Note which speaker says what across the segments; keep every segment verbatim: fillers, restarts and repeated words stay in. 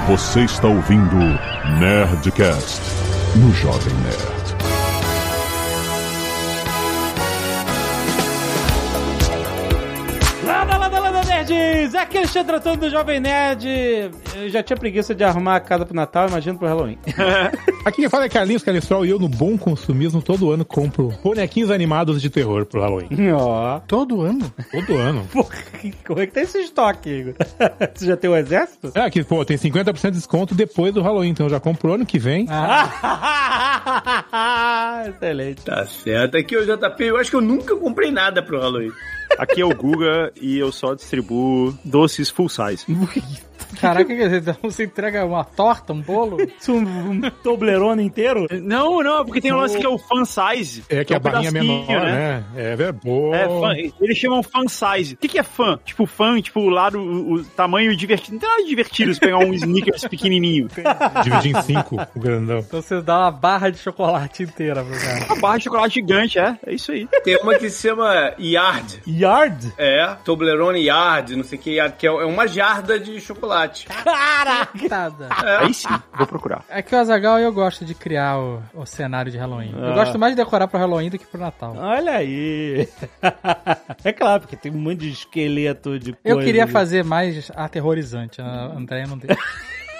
Speaker 1: Você está ouvindo Nerdcast no Jovem Nerd.
Speaker 2: Lada, lada, lada, nerds! Aqui é o Xandratão do Jovem Nerd. Eu já tinha preguiça de arrumar a casa pro Natal, imagino pro Halloween.
Speaker 3: Aqui quem fala é Carlinhos Calestrol e eu, no bom consumismo, todo ano compro bonequinhos animados de terror pro Halloween.
Speaker 2: Ó.
Speaker 3: Todo ano? Todo ano.
Speaker 2: Porra, como é que tá esse estoque, Igor? Você já tem o exército?
Speaker 3: É, aqui, pô, tem cinquenta por cento de desconto depois do Halloween, então eu já compro ano que vem.
Speaker 2: Ah. Excelente.
Speaker 4: Tá certo. Aqui é o J P, eu acho que eu nunca comprei nada pro Halloween.
Speaker 5: Aqui é o Guga e eu só distribuo doces full size.
Speaker 6: Caraca, quer dizer, você entrega uma torta, um bolo?
Speaker 2: Um, um Toblerone inteiro?
Speaker 5: Não, não, porque tem um lance que é o fan size.
Speaker 3: É que, que é a barrinha menor, né? É, é boa.
Speaker 5: É, fã, eles chamam fan size. O que, que é fã? Tipo, fã, tipo, o lado, o, o tamanho divertido. Não tem nada de divertido se pegar um Snickers pequenininho.
Speaker 3: Dividir em cinco, o grandão.
Speaker 6: Então você dá uma barra de chocolate inteira pro cara.
Speaker 5: Uma barra de chocolate gigante, é. É isso aí.
Speaker 4: Tem uma que se chama Yard.
Speaker 2: Yard?
Speaker 4: É, Toblerone Yard, não sei o que, Yard, que é uma jarda de chocolate.
Speaker 2: Caraca!
Speaker 4: É.
Speaker 5: Aí sim, vou procurar.
Speaker 6: É que o Azaghal eu gosto de criar o, o cenário de Halloween.
Speaker 2: Ah.
Speaker 6: Eu gosto mais de decorar pro Halloween do que pro Natal.
Speaker 2: Olha aí. É claro, porque tem um monte de esqueleto de coisa.
Speaker 6: Eu queria fazer mais aterrorizante. A Andréia não deixa.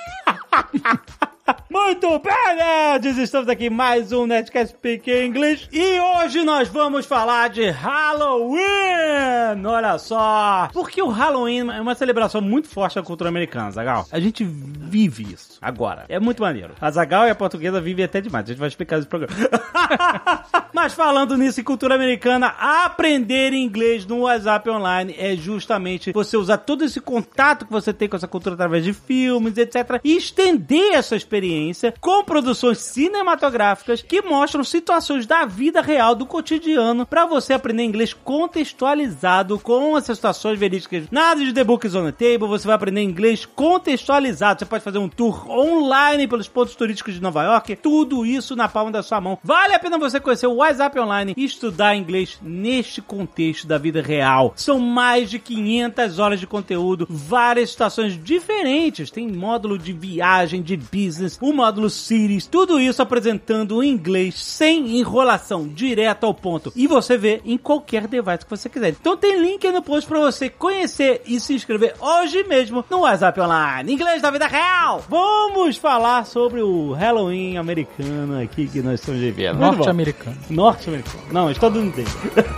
Speaker 2: Muito bem, nerds! Estamos aqui em mais um Nerdcast Speak English e hoje nós vamos falar de Halloween! Olha só! Porque o Halloween é uma celebração muito forte da cultura americana, Azaghal. A gente vive isso agora. É muito maneiro. A Azaghal e a portuguesa vivem até demais. A gente vai explicar esse programa. Mas falando nisso em cultura americana, aprender inglês no WhatsApp Online é justamente você usar todo esse contato que você tem com essa cultura através de filmes, etcétera e estender essa experiência com produções cinematográficas que mostram situações da vida real, do cotidiano, para você aprender inglês contextualizado com essas situações verídicas. Nada de The Book is on the Table, você vai aprender inglês contextualizado. Você pode fazer um tour online pelos pontos turísticos de Nova York, tudo isso na palma da sua mão. Vale a pena você conhecer o WhatsApp Online e estudar inglês neste contexto da vida real. São mais de quinhentas horas de conteúdo, várias situações diferentes, tem módulo de viagem, de business, o módulo Cities, tudo isso apresentando o inglês sem enrolação, direto ao ponto. E você vê em qualquer device que você quiser. Então tem link aí no post pra você conhecer e se inscrever hoje mesmo no WhatsApp Online. Inglês da vida real! Vamos falar sobre o Halloween americano aqui que nós estamos vivendo.
Speaker 6: Norte-americano.
Speaker 2: Norte-americano. Não, estadunidense.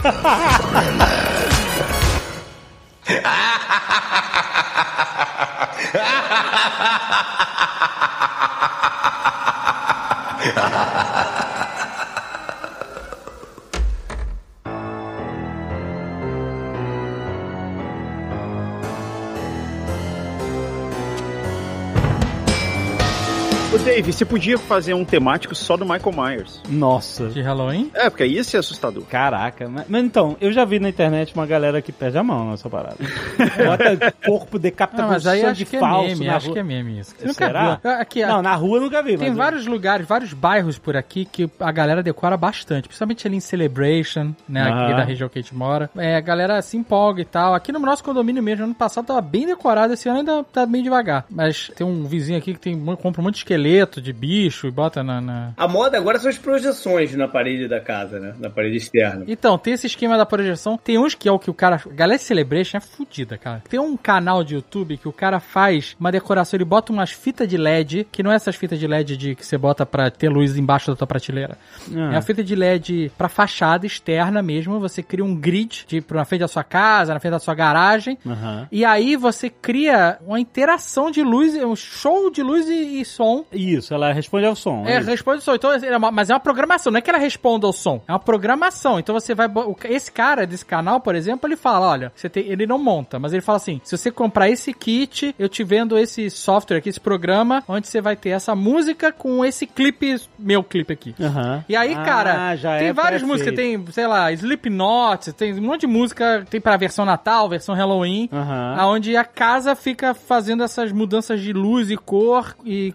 Speaker 5: Ô, Dave, você podia fazer um temático só do Michael Myers.
Speaker 2: Nossa.
Speaker 6: De Halloween?
Speaker 5: É, porque aí ia ser assustador.
Speaker 2: Caraca, mas, mas então, eu já vi na internet uma galera que perde a mão nessa parada. Bota corpo decapitado,
Speaker 6: Não, mas aí
Speaker 2: sangue
Speaker 6: acho que é
Speaker 2: falso
Speaker 6: meme,
Speaker 2: na
Speaker 6: acho
Speaker 2: rua.
Speaker 6: que é meme isso. Você
Speaker 2: Será?
Speaker 6: nunca viu? Aqui,
Speaker 2: Não, na rua eu nunca vi.
Speaker 6: Tem
Speaker 2: mas
Speaker 6: vários eu... lugares, vários bairros por aqui que a galera decora bastante, principalmente ali em Celebration, né,
Speaker 2: Aham.
Speaker 6: aqui da região que a gente mora. É, a galera se empolga e tal. Aqui no nosso condomínio mesmo, ano passado tava bem decorado, esse ano ainda tá bem devagar. Mas tem um vizinho aqui que tem, compra um monte de esqueleto, de bicho e bota na, na...
Speaker 4: A moda agora são as projeções na parede da casa, né? Na parede externa.
Speaker 6: Então, tem esse esquema da projeção. Tem uns que é o que o cara... Galera Celebration é fodida, cara. Tem um canal de YouTube que o cara faz uma decoração, ele bota umas fitas de L E D, que não é essas fitas de L E D de, que você bota pra ter luz embaixo da tua prateleira.
Speaker 2: Ah.
Speaker 6: É a fita de L E D pra fachada externa mesmo. Você cria um grid de, na frente da sua casa, na frente da sua garagem.
Speaker 2: Uhum.
Speaker 6: E aí você cria uma interação de luz, um show de luz e, e som.
Speaker 2: Isso, ela responde ao som.
Speaker 6: É,
Speaker 2: É,
Speaker 6: responde ao som. Então, é uma- mas é uma programação, não é que ela responda ao som. É uma programação. Então você vai... bo- o- Esse cara desse canal, por exemplo, ele fala, olha, você tem, ele não monta, mas ele fala assim, se você comprar esse kit, eu te vendo esse software aqui, esse programa, onde você vai ter essa música com esse clipe, meu clipe aqui.
Speaker 2: Uhum.
Speaker 6: E aí,
Speaker 2: Ah,
Speaker 6: cara,
Speaker 2: já
Speaker 6: tem
Speaker 2: é
Speaker 6: várias
Speaker 2: pré-feito.
Speaker 6: músicas, tem, sei lá, Slipknot, tem um monte de música, tem pra versão Natal, versão Halloween,
Speaker 2: Aham.
Speaker 6: aonde a casa fica fazendo essas mudanças de luz e cor e é,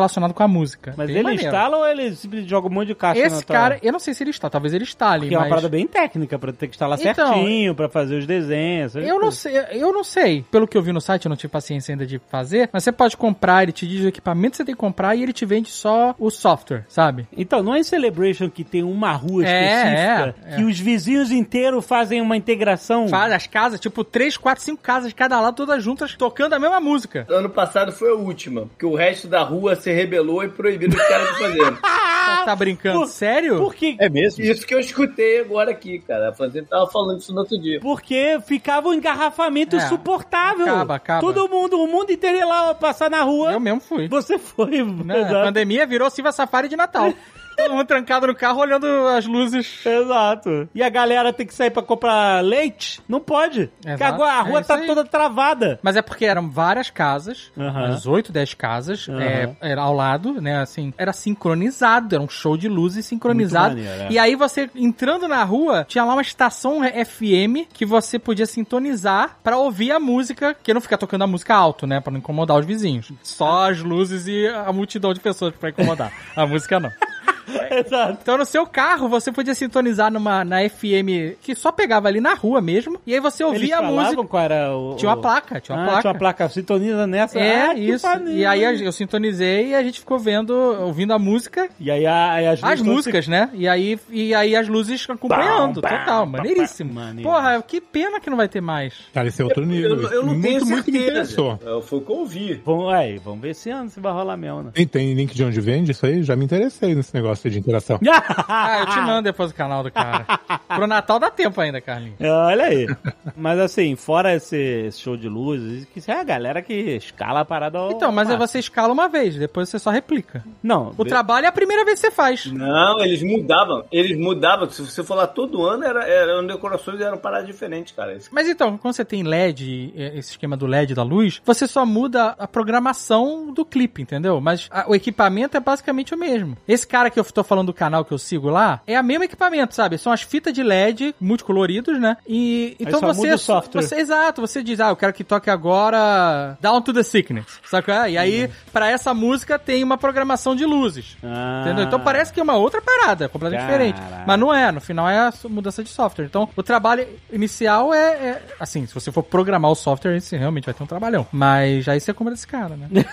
Speaker 6: relacionado com a música.
Speaker 2: Mas
Speaker 6: Bem
Speaker 2: ele
Speaker 6: maneiro.
Speaker 2: instala ou ele simplesmente joga um monte de caixa
Speaker 6: Esse
Speaker 2: na tua...
Speaker 6: cara, eu não sei se ele está, talvez ele instale,
Speaker 2: Porque é uma
Speaker 6: mas...
Speaker 2: parada bem técnica, pra ter que instalar
Speaker 6: Então,
Speaker 2: certinho, pra fazer os desenhos.
Speaker 6: Eu não sei, eu não sei. Pelo que eu vi no site, eu não tive paciência ainda de fazer, mas você pode comprar, ele te diz o equipamento que você tem que comprar e ele te vende só o software, sabe?
Speaker 2: Então, não é em Celebration que tem uma rua
Speaker 6: É,
Speaker 2: específica
Speaker 6: é, é.
Speaker 2: que os vizinhos inteiros fazem uma integração?
Speaker 6: Faz as casas, tipo, três, quatro, cinco casas de cada lado, todas juntas, tocando a mesma música.
Speaker 4: Ano passado foi a última, porque o resto da rua se rebelou e proibiram os caras de fazer.
Speaker 6: Você tá brincando?
Speaker 2: Por-
Speaker 6: Sério?
Speaker 2: Por quê?
Speaker 5: É mesmo?
Speaker 4: Isso que eu escutei agora aqui, cara. A Fazenda tava falando isso no outro dia.
Speaker 2: Porque ficava um engarrafamento
Speaker 6: É,
Speaker 2: insuportável.
Speaker 6: acaba, acaba.
Speaker 2: Todo mundo, o mundo inteiro ia lá passar na rua.
Speaker 6: Eu mesmo fui.
Speaker 2: Você foi.
Speaker 6: Né? A
Speaker 2: Exato.
Speaker 6: pandemia virou Silva Safari de Natal. Todo mundo trancado no carro olhando as luzes.
Speaker 2: Exato. E a galera tem que sair pra comprar leite? Não pode. Porque
Speaker 6: Exato.
Speaker 2: agora a rua
Speaker 6: É isso
Speaker 2: tá
Speaker 6: aí.
Speaker 2: toda travada.
Speaker 6: Mas é porque eram várias casas,
Speaker 2: Aham.
Speaker 6: umas oito, dez casas,
Speaker 2: Aham.
Speaker 6: é, era ao lado, né, assim, era sincronizado, era um show de luzes sincronizado.
Speaker 2: Muito maneiro, é.
Speaker 6: E aí você, entrando na rua, tinha lá uma estação F M que você podia sintonizar pra ouvir a música, que não fica tocando a música alto, né, pra não incomodar os vizinhos. Só as luzes e a multidão de pessoas pra incomodar. A música não.
Speaker 2: Exato.
Speaker 6: Então no seu carro você podia sintonizar numa, na F M que só pegava ali na rua mesmo, e aí você
Speaker 2: Eles
Speaker 6: ouvia a
Speaker 2: falavam
Speaker 6: música.
Speaker 2: qual era o...
Speaker 6: Tinha uma
Speaker 2: o-
Speaker 6: placa, tinha uma
Speaker 2: Ah,
Speaker 6: placa.
Speaker 2: tinha uma placa. Sintoniza nessa.
Speaker 6: É,
Speaker 2: Ah, que
Speaker 6: isso.
Speaker 2: maneiro.
Speaker 6: E aí a- eu sintonizei e a gente ficou vendo, ouvindo a música,
Speaker 2: E aí, a- aí as,
Speaker 6: as
Speaker 2: luzes
Speaker 6: músicas, né? E aí, e aí as luzes acompanhando,
Speaker 2: Bam, bam,
Speaker 6: total,
Speaker 2: bam,
Speaker 6: maneiríssimo.
Speaker 2: bam, maneiro.
Speaker 6: Porra, que pena que não vai ter mais.
Speaker 3: Cara, esse é outro nível.
Speaker 4: Eu, eu não
Speaker 3: muito,
Speaker 4: tenho
Speaker 3: muito me
Speaker 4: certeza.
Speaker 3: interessou.
Speaker 4: É, Foi o que eu ouvi.
Speaker 2: Vamos, aí, vamos ver esse ano se vai rolar mesmo, né?
Speaker 3: E tem link de onde vende isso aí? Já me interessei nesse negócio de interação.
Speaker 6: Ah, eu te mando depois o canal do cara. Pro Natal dá tempo ainda, Carlinhos.
Speaker 2: Olha aí. Mas assim, fora esse, esse show de luzes, que isso é a galera que escala a parada ao
Speaker 6: Então, mas aí
Speaker 2: máximo.
Speaker 6: você escala uma vez, depois você só replica.
Speaker 2: Não,
Speaker 6: O trabalho é a primeira vez que você faz.
Speaker 4: Não, eles mudavam. Eles mudavam. Se você for lá todo ano, era, eram decorações e eram paradas diferentes, cara. Isso-
Speaker 6: Mas então, quando você tem L E D, eh, esse esquema do L E D da luz, você só muda a programação do clipe, entendeu? Mas a- o equipamento é basicamente o mesmo. Esse cara que eu tô falando do canal que eu sigo lá, é o mesmo equipamento, sabe? São as fitas de L E D multicoloridos, né? E então
Speaker 2: só
Speaker 6: você,
Speaker 2: muda o software.
Speaker 6: você- exato, você diz, ah, eu quero que toque agora Down to the Sickness, sabe qual é? E aí, pra essa música tem uma programação de luzes.
Speaker 2: Ah.
Speaker 6: Entendeu? Então parece que é uma outra parada, completamente diferente.
Speaker 2: Caraca.
Speaker 6: Mas não é, no final é a su- mudança de software. Então, o trabalho inicial é, é- assim, se você for programar o software, você realmente vai ter um trabalhão. Mas aí você compra desse cara, né?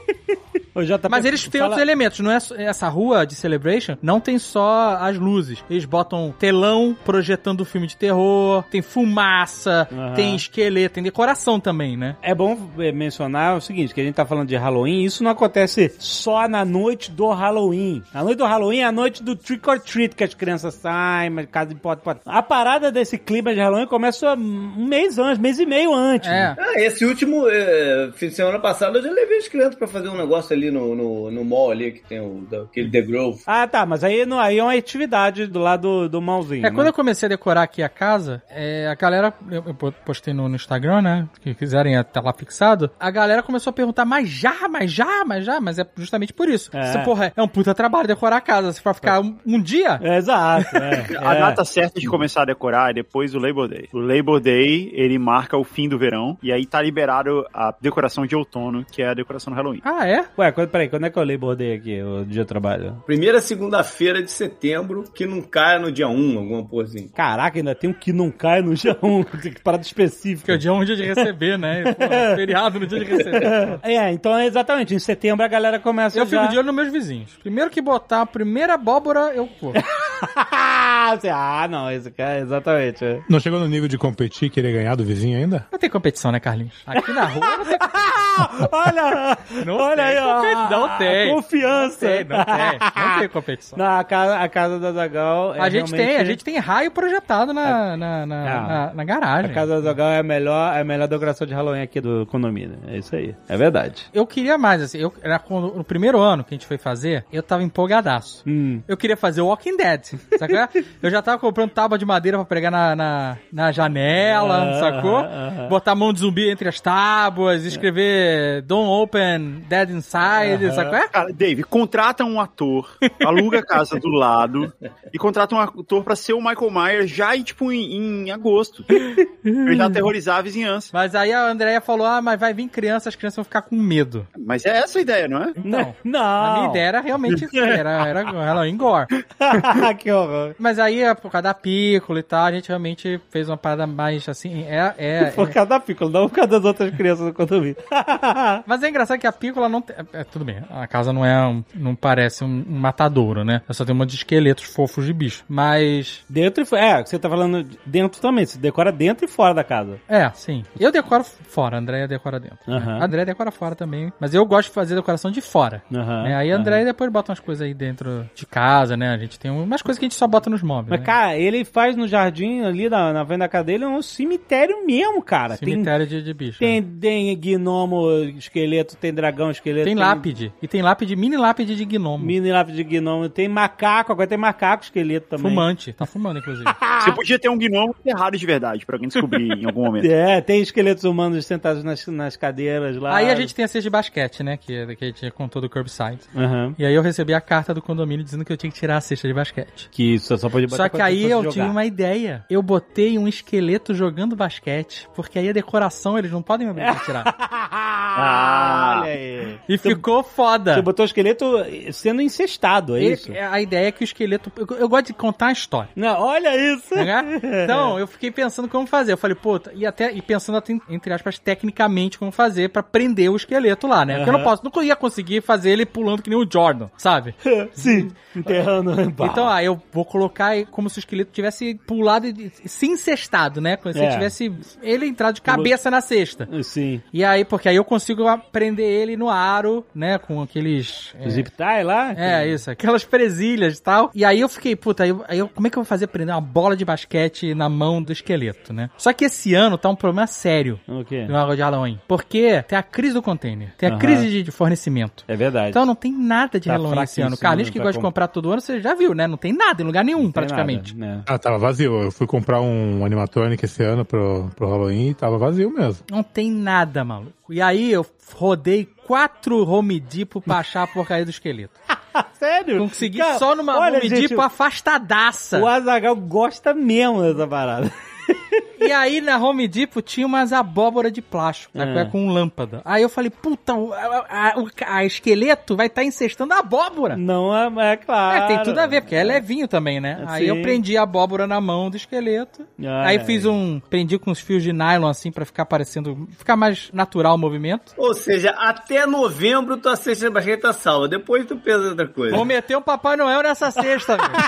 Speaker 2: Ô, J P,
Speaker 6: Mas eles têm
Speaker 2: fala-
Speaker 6: outros elementos, não é só- essa rua de Celebration, não tem só as luzes. Eles botam telão projetando o filme de terror, tem fumaça,
Speaker 2: Aham.
Speaker 6: tem esqueleto, tem decoração também, né?
Speaker 2: É bom eh, mencionar o seguinte, que a gente tá falando de Halloween, isso não acontece só na noite do Halloween. A noite do Halloween é a noite do trick or treat, que as crianças saem, mas casa de pote, pote. A parada desse clima de Halloween começa um mês antes, mês e meio antes.
Speaker 6: É.
Speaker 4: Ah, esse último é, fim de semana passado eu já levei as crianças pra fazer um negócio ali no, no, no mall ali, que tem o, da- aquele The Grove.
Speaker 2: Ah, tá, mas aí, não, aí é uma atividade do lado do, do malzinho.
Speaker 6: É,
Speaker 2: né?
Speaker 6: quando eu comecei a decorar aqui a casa, é, a galera, eu, eu postei no, no Instagram, né, que quiserem até lá fixado, a galera começou a perguntar, mas já, mas já, mas já, mas é justamente por isso.
Speaker 2: É.
Speaker 6: Você, porra, é um puta trabalho decorar a casa, você vai ficar um, um dia?
Speaker 2: É, exato, é.
Speaker 5: A
Speaker 2: É.
Speaker 5: data certa de começar a decorar é depois do Labor Day. O Labor Day, ele marca o fim do verão, e aí tá liberado a decoração de outono, que é a decoração do Halloween.
Speaker 6: Ah, é?
Speaker 2: Ué, quando, peraí, quando é que eu Labor Day aqui, o dia de trabalho?
Speaker 4: Primeira segunda-feira de setembro, que não caia no dia um, alguma coisa assim.
Speaker 2: Caraca, ainda tem um que não cai no dia um, tem que parada específica.
Speaker 6: Porque o dia é um dia de receber, né? E, porra, feriado no dia de receber.
Speaker 2: É, então é exatamente, em setembro a galera começa
Speaker 6: Eu
Speaker 2: já...
Speaker 6: fico de olho nos meus vizinhos. Primeiro que botar a primeira abóbora, eu vou.
Speaker 2: Você- ah, não, esse cara, exatamente. é.
Speaker 3: Não chegou no nível de competir, querer ganhar do vizinho ainda?
Speaker 6: Não tem competição, né, Carlinhos? Aqui na rua não tem
Speaker 2: olha,
Speaker 6: Não
Speaker 2: olha
Speaker 6: tem
Speaker 2: aí, ó,
Speaker 6: competi- não
Speaker 2: a
Speaker 6: tem.
Speaker 2: confiança.
Speaker 6: Não tem, não tem. Não tem competição.
Speaker 2: Não, a casa, a casa da Zagal é
Speaker 6: a gente
Speaker 2: realmente-
Speaker 6: tem, a gente tem raio projetado na, na, na,
Speaker 2: Ah.
Speaker 6: na, na garagem.
Speaker 2: A casa da Zagal é a melhor, é a melhor decoração de Halloween aqui do condomínio. É isso aí. É verdade.
Speaker 6: Eu queria mais, assim, eu, era quando- no primeiro ano que a gente foi fazer, eu tava empolgadaço.
Speaker 2: Hum.
Speaker 6: Eu queria fazer o Walking Dead. basquete, sacou? Eu já tava comprando tábua de madeira pra pregar na, na, na janela, uh, sacou? Uh, uh, Botar a mão de zumbi entre as tábuas, escrever Don't Open Dead Inside, uh, sacou?
Speaker 5: Cara, Dave, contrata um ator, aluga a casa do lado e contrata um ator pra ser o Michael Myers já, tipo, em, em agosto. Pra já aterrorizar a vizinhança.
Speaker 6: Mas aí a Andrea falou, ah, mas vai vir criança, as crianças vão ficar com medo.
Speaker 5: Mas é essa a ideia, não é?
Speaker 6: Não.
Speaker 2: Não.
Speaker 6: A minha ideia era realmente era, era Halloween Gore.
Speaker 2: Que horror.
Speaker 6: Mas aí, por causa da pícola e tal, a gente realmente fez uma parada mais assim, é... é
Speaker 2: por causa da pícola, não por causa das outras crianças do condomínio.
Speaker 6: Mas é engraçado que a pícola não tem... É, tudo bem, a casa não é um, não parece um, um matadouro, né? Só tem um monte de esqueletos fofos de bicho. Mas...
Speaker 2: Dentro e fora. É, você tá falando dentro também. Você decora dentro e fora da casa.
Speaker 6: É, sim. Eu decoro fora, a Andréia decora dentro.
Speaker 2: Uhum.
Speaker 6: Né? A Andréia decora fora também. Mas eu gosto de fazer decoração de fora.
Speaker 2: Uhum.
Speaker 6: Né? Aí a Andréia uhum. depois bota umas coisas aí dentro de casa, né? A gente tem umas coisas que a gente só bota nos móveis.
Speaker 2: Mas,
Speaker 6: né?
Speaker 2: cara, ele faz no jardim ali, na, na frente da casa dele, um cemitério mesmo, cara.
Speaker 6: Cemitério
Speaker 2: tem,
Speaker 6: de, de bicho.
Speaker 2: Tem,
Speaker 6: né?
Speaker 2: tem gnomo, esqueleto, tem dragão, esqueleto.
Speaker 6: Tem, tem lápide. E tem lápide, mini lápide de gnomo.
Speaker 2: Mini lápide de gnomo. Tem macaco, agora tem macaco, esqueleto também.
Speaker 6: Fumante. Tá fumando, inclusive.
Speaker 5: Você podia ter um gnomo enterrado de verdade, pra alguém descobrir em algum momento.
Speaker 2: É, tem esqueletos humanos sentados nas, nas cadeiras lá.
Speaker 6: Aí a gente tem a cesta de basquete, né? Que, que a gente contou do Curbside.
Speaker 2: Uhum.
Speaker 6: E aí eu recebi a carta do condomínio dizendo que eu tinha que tirar a cesta de basquete.
Speaker 2: Que isso, só pode botar.
Speaker 6: Só que aí eu
Speaker 2: jogar.
Speaker 6: tive uma ideia. Eu botei um esqueleto jogando basquete, porque aí a decoração eles não podem me obrigar a tirar.
Speaker 2: Ah, olha aí.
Speaker 6: E
Speaker 2: você,
Speaker 6: ficou foda.
Speaker 2: Você botou o esqueleto sendo incestado, é
Speaker 6: e,
Speaker 2: isso?
Speaker 6: A ideia é que o esqueleto... Eu, eu gosto de contar a história.
Speaker 2: Não, olha isso.
Speaker 6: Então, eu fiquei pensando como fazer. Eu falei, pô, e até e pensando, entre aspas, tecnicamente como fazer pra prender o esqueleto lá, né? Porque uhum. eu não posso, não ia conseguir fazer ele pulando que nem o Jordan, sabe?
Speaker 2: Sim, enterrando.
Speaker 6: Então, ah, eu vou colocar como se o esqueleto tivesse pulado e se incestado, né? Como se é. tivesse ele entrado de cabeça na cesta.
Speaker 2: Sim.
Speaker 6: E aí, porque aí eu consigo prender ele no aro, né? Com aqueles...
Speaker 2: É, zip tie lá?
Speaker 6: É, que... isso. Aquelas presilhas e tal. E aí eu fiquei, puta, aí eu, aí eu, como é que eu vou fazer prender uma bola de basquete na mão do esqueleto, né? Só que esse ano tá um problema sério.
Speaker 2: O quê?
Speaker 6: No água de Halloween. Porque tem a crise do container. Tem a uhum. crise de, de fornecimento.
Speaker 2: É verdade.
Speaker 6: Então não tem nada de
Speaker 2: tá
Speaker 6: Halloween esse ano. Carlinhos que gosta de comprar todo ano, você já viu, né? Não tem nada em lugar nenhum, não praticamente.
Speaker 2: Nada, né?
Speaker 3: Ah, tava vazio. Eu fui comprar um animatronic esse ano pro, pro Halloween e tava vazio mesmo.
Speaker 6: Não tem nada, maluco. E aí eu rodei quatro Home Depot pra achar a porcaria do esqueleto.
Speaker 2: Sério?
Speaker 6: Consegui
Speaker 2: Cara,
Speaker 6: só numa
Speaker 2: olha,
Speaker 6: Home
Speaker 2: gente,
Speaker 6: Depot afastadaça.
Speaker 2: O Azaghal gosta mesmo dessa parada.
Speaker 6: E aí na Home Depot tinha umas abóbora de plástico, é. com lâmpada. Aí eu falei, puta, a, a, a esqueleto vai estar tá incestando a abóbora.
Speaker 2: Não, é, é claro.
Speaker 6: É, tem tudo a ver, porque é levinho também, né? É, aí sim. eu prendi a abóbora na mão do esqueleto. Ah, aí é. fiz um, prendi com uns fios de nylon assim pra ficar parecendo, ficar mais natural o movimento.
Speaker 4: Ou seja, até novembro tua cesta de basquete tá salva, depois tu pensa outra coisa.
Speaker 6: Vou meter um Papai Noel nessa cesta, velho.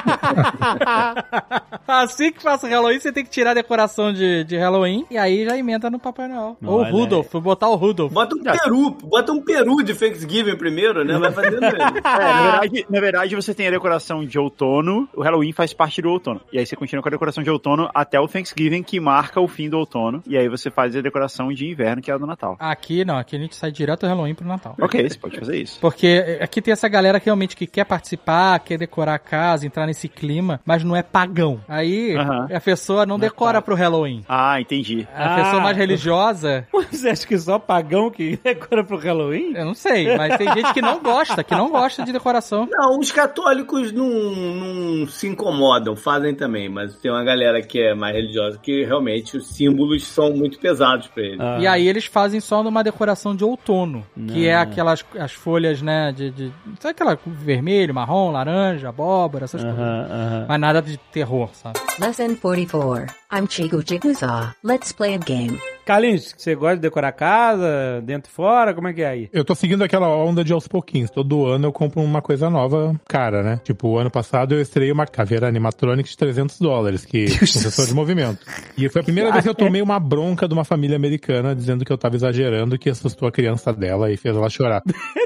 Speaker 6: Assim que faço Halloween, você tem que tirar a decoração de, de Halloween e aí já emenda no Papai Noel. Não, ou o Rudolph, vou botar o Rudolph.
Speaker 4: Bota um peru, bota um peru de Thanksgiving primeiro, né? Vai fazendo ele.
Speaker 5: É, na verdade, na verdade, você tem a decoração de outono, o Halloween faz parte do outono. E aí você continua com a decoração de outono até o Thanksgiving, que marca o fim do outono. E aí você faz a decoração de inverno, que é a do Natal.
Speaker 6: Aqui não, aqui a gente sai direto do Halloween pro Natal.
Speaker 5: Ok, você pode fazer isso.
Speaker 6: Porque aqui tem essa galera que realmente que quer participar, quer decorar a casa, entrar nesse clima, mas não é pagão. Aí uh-huh. a pessoa não, não decora é pro Halloween.
Speaker 5: Ah, entendi.
Speaker 6: A
Speaker 2: ah,
Speaker 6: pessoa mais religiosa...
Speaker 2: Você acha que só pagão que decora pro Halloween?
Speaker 6: Eu não sei, mas tem gente que não gosta, que não gosta de decoração.
Speaker 4: Não, os católicos não, não se incomodam, fazem também, mas tem uma galera que é mais religiosa que realmente os símbolos são muito pesados pra eles.
Speaker 6: Ah. E aí eles fazem só numa decoração de outono, não. que é aquelas as folhas, né, de, de sabe aquela vermelho, marrom, laranja, abóbora, essas uh-huh, coisas. Uh-huh. Mas nada de terror, sabe?
Speaker 7: Lesson forty-four. I'm Chico Chigusa. Let's play a game.
Speaker 2: Carlinhos, você gosta de decorar a casa, dentro e fora? Como é que é aí?
Speaker 3: Eu tô seguindo aquela onda de aos pouquinhos. Todo ano eu compro uma coisa nova, cara, né? Tipo, o ano passado eu estrei uma caveira animatronic de trezentos dólares, que com sensor de movimento. E foi a primeira vez que eu tomei uma bronca de uma família americana dizendo que eu tava exagerando, que assustou a criança dela e fez ela chorar.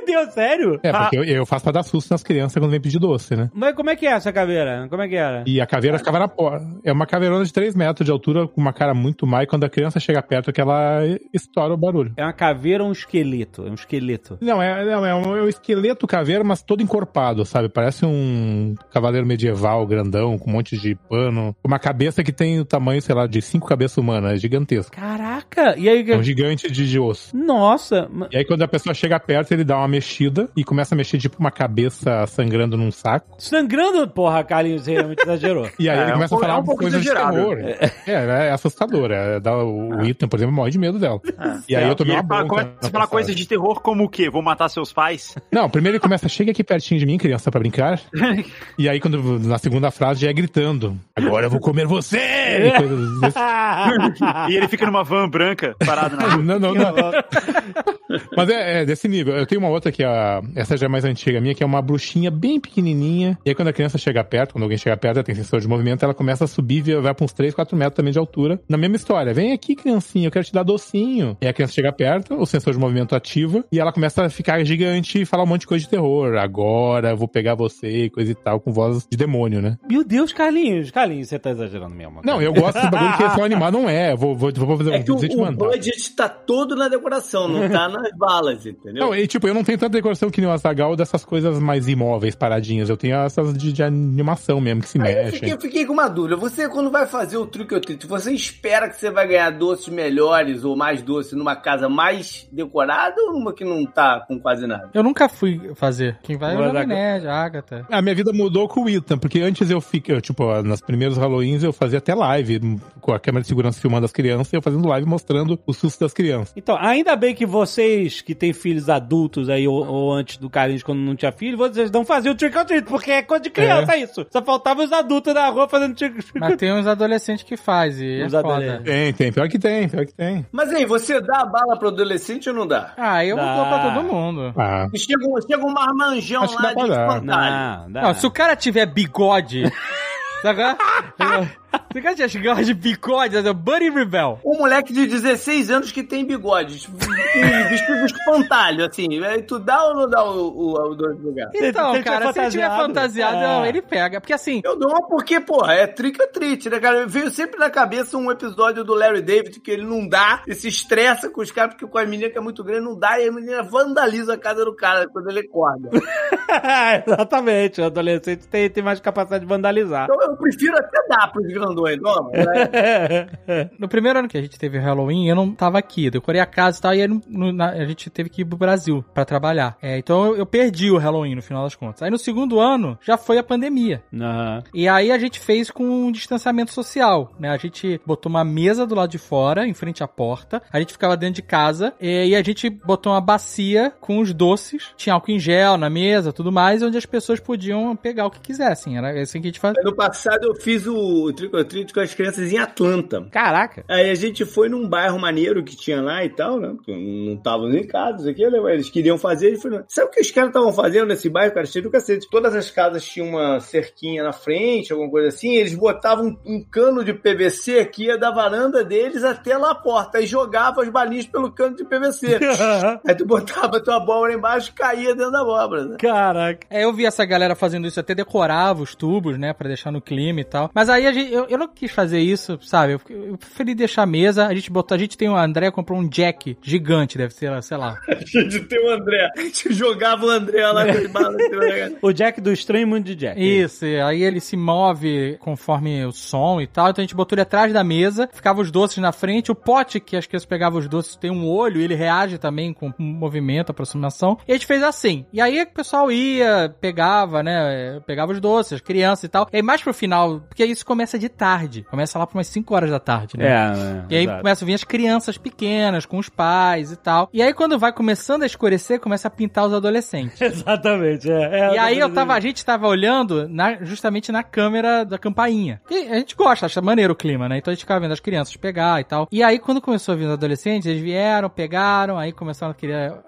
Speaker 2: Meu Deus, sério?
Speaker 3: É, porque eu, eu faço pra dar susto nas crianças quando vem pedir doce, né?
Speaker 2: Mas como é que é essa caveira? Como é que era?
Speaker 3: E a caveira ficava na porta. É uma caveirona de três metros de altura, com uma cara muito má, e quando a criança chega perto, é que ela estoura o barulho.
Speaker 2: É uma caveira ou um esqueleto? É um esqueleto.
Speaker 3: Não, é, não, é, um, é um esqueleto caveira, mas todo encorpado, sabe? Parece um cavaleiro medieval grandão, com um monte de pano. Uma cabeça que tem o tamanho, sei lá, de cinco cabeças humanas. É gigantesco.
Speaker 2: Caraca! E aí...
Speaker 3: É um gigante de, de osso.
Speaker 2: Nossa!
Speaker 3: E aí quando a pessoa chega perto, ele dá uma mexida e começa a mexer tipo uma cabeça sangrando num saco.
Speaker 2: Sangrando? Porra, Carlinhos, você realmente exagerou.
Speaker 3: E aí
Speaker 5: É,
Speaker 3: ele
Speaker 5: é
Speaker 3: começa
Speaker 5: um,
Speaker 3: a falar
Speaker 5: é um pouco
Speaker 3: coisas de
Speaker 5: exagerado.
Speaker 3: terror. É, é, é assustador. É, dá, o
Speaker 5: É.
Speaker 3: Ethan, por exemplo, morre de medo dela.
Speaker 5: É.
Speaker 3: E aí eu tomei
Speaker 5: E
Speaker 3: uma
Speaker 5: ele fala,
Speaker 3: bronca.
Speaker 5: começa a falar coisas de terror como o quê? Vou matar seus pais?
Speaker 3: Não, primeiro ele começa, chega aqui pertinho de mim, criança, pra brincar. E aí, quando na segunda frase, já é gritando. Agora eu vou comer você! E coisas desse.
Speaker 5: E ele fica numa van branca, parado na rua.
Speaker 3: Não, não, não. Mas é, é desse nível. Eu tenho uma outra que a, essa já é mais antiga minha, que é uma bruxinha bem pequenininha. E aí, quando a criança chega perto, quando alguém chega perto, ela tem sensor de movimento, ela começa a subir e vai pra uns três, quatro metros também de altura. Na mesma história. Vem aqui, criancinha, eu quero te dar docinho. E aí a criança chega perto, o sensor de movimento ativa, e ela começa a ficar gigante e falar um monte de coisa de terror. Agora eu vou pegar você, coisa e tal, com voz de demônio, né?
Speaker 2: Meu Deus, Carlinhos. Carlinhos, você tá exagerando mesmo.
Speaker 3: Não, eu gosto desse bagulho que é só animar, não é. Vou, vou, vou fazer
Speaker 4: É que o,
Speaker 3: vou te
Speaker 4: o
Speaker 3: mandar.
Speaker 4: budget tá todo na decoração, não tá nas balas, entendeu?
Speaker 3: Não, e tipo, eu não tenho tanta decoração que nem o Azaghal dessas coisas mais imóveis, paradinhas. Eu tenho essas de, de animação mesmo, que se
Speaker 4: Aí eu
Speaker 3: mexem.
Speaker 4: fiquei, eu fiquei com uma dúvida. Você, quando vai fazer o Trick or Treat, você espera que você vai ganhar doces melhores ou mais doces numa casa mais decorada ou numa que não tá com quase nada?
Speaker 6: Eu nunca fui fazer. Quem vai é o
Speaker 2: Mas
Speaker 6: Jovem Nerd, a Agatha.
Speaker 3: A minha vida mudou com o Ethan, porque antes eu fiquei, tipo, nas primeiros Halloweens eu fazia até live, com a câmera de segurança filmando as crianças, e eu fazendo live mostrando o susto das crianças.
Speaker 2: Então, ainda bem que vocês que têm filhos adultos aí, ou, ou antes do Carlinhos, quando não tinha filho, vocês não faziam trick or treat, porque é coisa de criança isso. Só faltava os adultos na rua fazendo trick or treat.
Speaker 6: Mas tem uns adolescentes que faz e
Speaker 2: Uns
Speaker 6: é foda.
Speaker 2: adolescentes.
Speaker 3: Tem, tem, pior que tem, pior que tem.
Speaker 4: Mas aí, você dá a bala pro adolescente ou não dá?
Speaker 6: Ah, eu
Speaker 2: Dá.
Speaker 6: dou pra todo mundo.
Speaker 3: Ah,
Speaker 4: E chega um, chega um marmanjão
Speaker 3: Acho que
Speaker 4: lá
Speaker 3: dá pra
Speaker 4: de
Speaker 3: dar.
Speaker 4: espantalho.
Speaker 2: Não, dá.
Speaker 6: Não, se o cara tiver bigode... Sabe? Se o cara tiver bigode de bigode, é o Buddy Rebel.
Speaker 4: Um moleque de dezesseis anos que tem bigode, tipo, vestido de espantalho, assim. Aí tu dá ou não dá o, o, o dois lugar?
Speaker 6: Então,
Speaker 2: se ele
Speaker 6: cara,
Speaker 2: tiver
Speaker 6: se ele tiver
Speaker 2: fantasiado,
Speaker 6: fantasiado,
Speaker 2: é.
Speaker 6: não, ele pega. Porque assim,
Speaker 4: Eu dou uma porque, porra, é trick or treat, né, cara? Veio sempre na cabeça um episódio do Larry David que ele não dá, ele se estressa com os caras, porque com a menina que é muito grande não dá, e a menina vandaliza a casa do cara quando ele acorda.
Speaker 2: Exatamente, o adolescente tem, tem mais capacidade de vandalizar.
Speaker 4: Então eu prefiro até dar pros grandões, não, né?
Speaker 6: no primeiro ano que a gente teve o Halloween, eu não tava aqui. Eu decorei a casa e tal, e aí no- no- na- a gente teve que ir pro Brasil pra trabalhar. É, então eu, eu perdi o Halloween no final das contas. Aí no segundo ano, já foi a pandemia.
Speaker 2: Aham.
Speaker 6: E aí a gente fez com um distanciamento social, né? A gente botou uma mesa do lado de fora, em frente à porta. A gente ficava dentro de casa e, e a gente botou uma bacia com os doces. Tinha álcool em gel na mesa, tudo mais, onde as pessoas podiam pegar o que quisessem. Era assim que a gente fazia.
Speaker 4: No passado eu fiz o trick or treat com as crianças em Atlanta.
Speaker 2: Caraca.
Speaker 4: Aí a gente foi num bairro maneiro que tinha lá e tal, né? Porque não estavam em casa, isso aqui, né? Eles queriam fazer, eles falaram, sabe o que os caras estavam fazendo nesse bairro, cara? Cheio do cacete. Todas as casas tinham uma cerquinha na frente, alguma coisa assim, eles botavam um, um cano de P V C aqui, ia da varanda deles até lá a porta, aí jogava as balinhas pelo cano de P V C. Aí tu botava tua abóbora embaixo e caía dentro da abóbora, né?
Speaker 2: Caraca.
Speaker 6: É, eu vi essa galera fazendo isso, até decorava os tubos, né, pra deixar no clima e tal. Mas aí a gente, eu, eu não quis fazer isso, sabe? Eu, eu preferi deixar a mesa, a gente botou, a gente tem o André comprou um jack gigante, deve ser, sei lá.
Speaker 4: A gente tem o André. A gente jogava o André lá com as balas.
Speaker 2: O Jack do Estranho Mundo de Jack.
Speaker 6: Isso, e aí ele se move conforme o som e tal, então a gente botou ele atrás da mesa, ficava os doces na frente, o pote que as crianças pegavam os doces tem um olho, ele reage também com movimento, aproximação, e a gente fez assim. E aí o pessoal ia, pegava, né, pegava os doces, as crianças e tal, e aí mais pro final, porque isso começa de tarde, começa lá por umas cinco horas da tarde, né?
Speaker 2: É, né?
Speaker 6: E aí
Speaker 2: Exato.
Speaker 6: começam a vir as crianças pequenas, com os pais e tal. E aí quando vai começando a escurecer, começa a pintar os adolescentes.
Speaker 2: Exatamente, é. é
Speaker 6: E aí eu tava, a gente tava olhando na- justamente na câmera da campainha. E a gente gosta, acha maneiro o clima, né? Então a gente ficava vendo as crianças pegar e tal. E aí quando começou a vir os adolescentes, eles vieram, pegaram, aí começaram a querer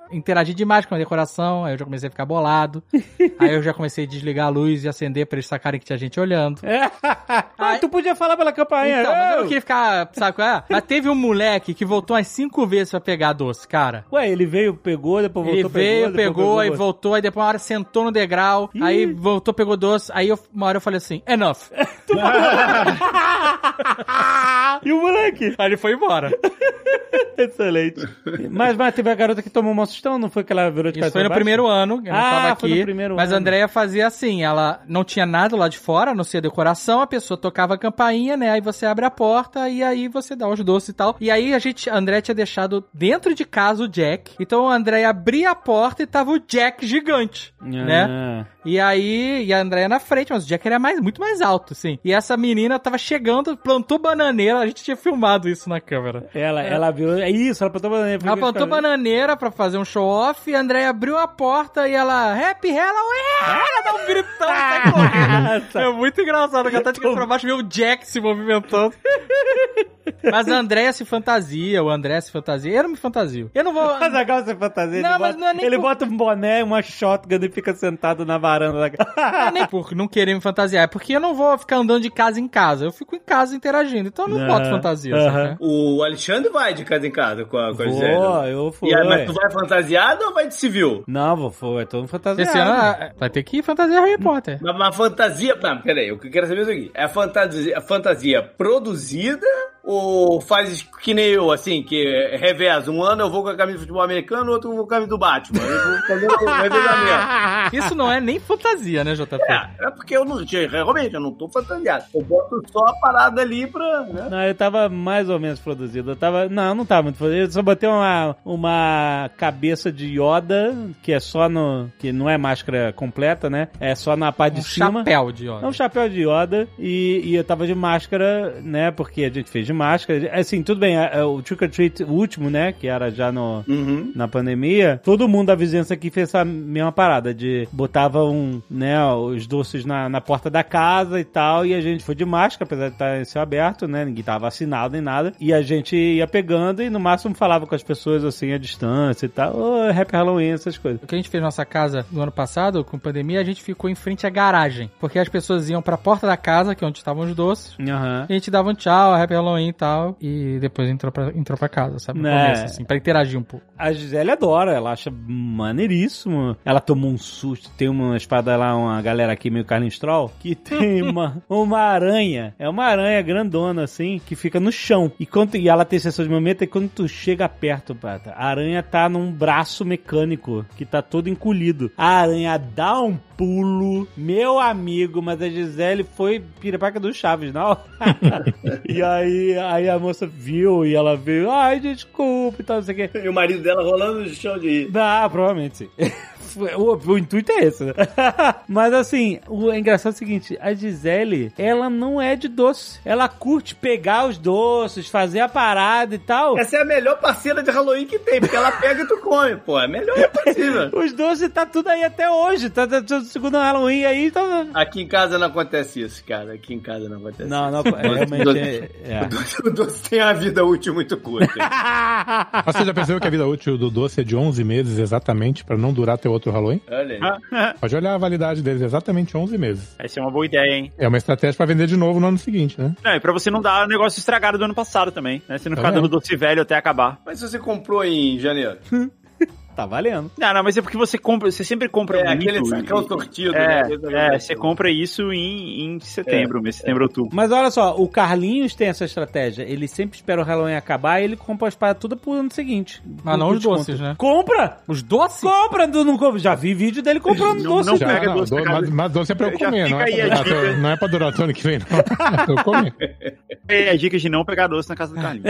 Speaker 6: interagir demais com a decoração, aí eu já comecei a ficar bolado. Aí eu já comecei a desligar a luz e acender pra eles sacarem que tinha gente olhando.
Speaker 2: É. Ah, tu podia falar pela campainha.
Speaker 6: Então, mas eu não queria ficar, sabe qual é? Mas teve um moleque que voltou umas cinco vezes pra pegar doce, cara.
Speaker 2: Ué, ele veio, pegou, depois voltou,
Speaker 6: ele veio,
Speaker 2: pegou,
Speaker 6: pegou,
Speaker 2: pegou,
Speaker 6: aí voltou, aí depois uma hora sentou no degrau, Ih. aí voltou, pegou doce, aí eu, uma hora eu falei assim, enough.
Speaker 2: E o moleque?
Speaker 6: Aí ele foi embora.
Speaker 2: Excelente. Mas, mas teve a garota que tomou uma sustão, não foi que ela virou de
Speaker 6: Isso foi no primeiro ano, eu não
Speaker 2: ah,
Speaker 6: tava
Speaker 2: foi
Speaker 6: aqui.
Speaker 2: No primeiro
Speaker 6: mas
Speaker 2: ano.
Speaker 6: a Andrea fazia assim, ela não tinha nada lá de fora, a não ser decoração, a pessoa tocava a campainha, né? Aí você abre a porta e aí você dá os doces e tal. E aí a gente, a Andrea tinha deixado dentro de casa o Jack. Então a Andrea abria a porta e tava o Jack gigante, ah. né? E aí, e a Andrea na frente, mas o Jack era mais, muito mais alto, assim. E essa menina tava chegando, plantou bananeira, a gente tinha filmado isso na câmera.
Speaker 2: Ela, é. ela viu, é isso, ela plantou bananeira.
Speaker 6: Ela plantou bananeira pra fazer um show-off, e a Andrea abriu a porta e ela, Happy Halloween! Ela dá um gritão e sai correndo. É muito engraçado, que ela tá de cabeça pra baixo e vê o Jack se movimentando. Mas a Andrea se fantasia, o André se fantasia. Eu não me fantasio. Eu não vou...
Speaker 2: Mas legal você fantasia.
Speaker 6: Não,
Speaker 2: ele
Speaker 6: mas
Speaker 2: bota,
Speaker 6: não é nem
Speaker 2: Ele
Speaker 6: por...
Speaker 2: bota um boné, uma shotgun e fica sentado na varanda da casa.
Speaker 6: Não é nem por não querer me fantasiar. É porque eu não vou ficar andando de casa em casa. Eu fico em casa interagindo. Então eu não, não boto fantasia. Uh-huh. Sabe?
Speaker 4: O Alexandre vai de casa em casa com a, com a Gisele.
Speaker 2: Vou, eu fui.
Speaker 4: E aí, mas tu vai fantasiado ou vai de civil?
Speaker 2: Não, vou, vou. É todo fantasiado.
Speaker 6: Esse ano vai ter que fantasiar Harry Potter.
Speaker 4: Mas, mas fantasia... Não, peraí. O que eu quero saber é isso aqui. É a fantasia, a fantasia produzida... Ou faz que nem eu, assim, que reveza. Um ano eu vou com a camisa de futebol americano, outro eu vou com a camisa do Batman. Eu vou fazer um revezamento.
Speaker 6: Isso não é nem fantasia, né, J P?
Speaker 4: É, é porque eu não... Realmente, eu não tô fantasiado. Eu boto só a parada ali pra... Né?
Speaker 2: Não, eu tava mais ou menos produzido. Eu tava... Não, não tava muito produzido. Eu só botei uma, uma cabeça de Yoda, que é só no... Que não é máscara completa, né? É só na parte
Speaker 6: um
Speaker 2: de cima.
Speaker 6: Um chapéu de Yoda.
Speaker 2: É um chapéu de Yoda. E, e eu tava de máscara, né? Porque a gente fez de máscara. Assim, tudo bem, o Trick or Treat, o último, né, que era já no,
Speaker 4: uhum.
Speaker 2: na pandemia, todo mundo da vizinhança aqui fez essa mesma parada, de botava um, né, os doces na, na porta da casa e tal, e a gente foi de máscara, apesar de estar em céu aberto, né, ninguém tava vacinado nem nada, e a gente ia pegando e no máximo falava com as pessoas, assim, à distância e tal, oh, Happy Halloween, essas coisas.
Speaker 6: O que a gente fez na nossa casa no ano passado, com pandemia, a gente ficou em frente à garagem, porque as pessoas iam pra porta da casa, que é onde estavam os doces,
Speaker 2: uhum.
Speaker 6: e a gente dava um tchau, Happy Halloween e tal, e depois entrou pra, entrou pra casa, sabe? No
Speaker 2: é.
Speaker 6: começo, assim, pra interagir um pouco.
Speaker 2: A Gisele adora, ela acha maneiríssimo. Ela tomou um susto. Tem uma espada lá, uma galera aqui meio Carlinhos Troll, que tem uma, uma aranha. É uma aranha grandona, assim, que fica no chão. E, quando, e ela tem sensação de momento, e quando tu chega perto, Prata, a aranha tá num braço mecânico, que tá todo encolhido. A aranha dá um pulo, meu amigo, mas a Gisele foi piripaca do Chaves, não? E aí, aí a moça viu e ela veio, ai, desculpa e tal, não sei o quê.
Speaker 4: E o marido dela rolando no chão de rir.
Speaker 2: Ah, provavelmente sim. O, o intuito é esse, né? Mas assim, o engraçado é o seguinte, a Gisele, ela não é de doce. Ela curte pegar os doces, fazer a parada e tal.
Speaker 4: Essa é a melhor parceira de Halloween que tem, porque ela pega e tu come, pô. É a melhor possível.
Speaker 2: Os doces tá tudo aí até hoje. Tá, tá, tá segundo Halloween aí. Tá...
Speaker 4: Aqui em casa não acontece isso, cara. Aqui em casa não acontece
Speaker 2: não,
Speaker 4: isso.
Speaker 2: Não, não, realmente
Speaker 4: doce,
Speaker 2: é... é.
Speaker 4: O, doce, o doce tem uma vida útil muito curta.
Speaker 3: Mas você já percebeu que a vida útil do doce é de onze meses exatamente, pra não durar até outro Halloween?
Speaker 4: Olha aí.
Speaker 3: Pode olhar a validade deles, exatamente onze meses.
Speaker 5: Essa é uma boa ideia, hein?
Speaker 3: É uma estratégia pra vender de novo no ano seguinte, né?
Speaker 5: Não, e pra você não dar o negócio estragado do ano passado também, né? Você não ficar dando doce velho até acabar.
Speaker 4: Mas se você comprou em janeiro...
Speaker 2: Tá valendo.
Speaker 5: Não, não, mas é porque você compra, você sempre compra
Speaker 4: é,
Speaker 5: muito.
Speaker 4: aquele sacão sortido.
Speaker 5: É,
Speaker 4: né?
Speaker 5: é, você compra isso em, em setembro, é, mês, setembro,
Speaker 2: é.
Speaker 5: outubro.
Speaker 2: Mas olha só, o Carlinhos tem essa estratégia. Ele sempre espera o Halloween acabar e ele compra as paradas tudo pro ano seguinte.
Speaker 6: Mas não os doces, né?
Speaker 2: Compra!
Speaker 6: Os doces?
Speaker 2: Compra! Tu não compra. Já vi vídeo dele comprando
Speaker 5: não,
Speaker 2: doce.
Speaker 5: Não
Speaker 3: já,
Speaker 5: pega
Speaker 3: não,
Speaker 5: doce
Speaker 3: do, mas, mas doce é pra eu comer, não é pra, durar, não é pra durar o ano que vem, não. Eu comer.
Speaker 5: É a dica de não pegar doce na casa do Carlinhos.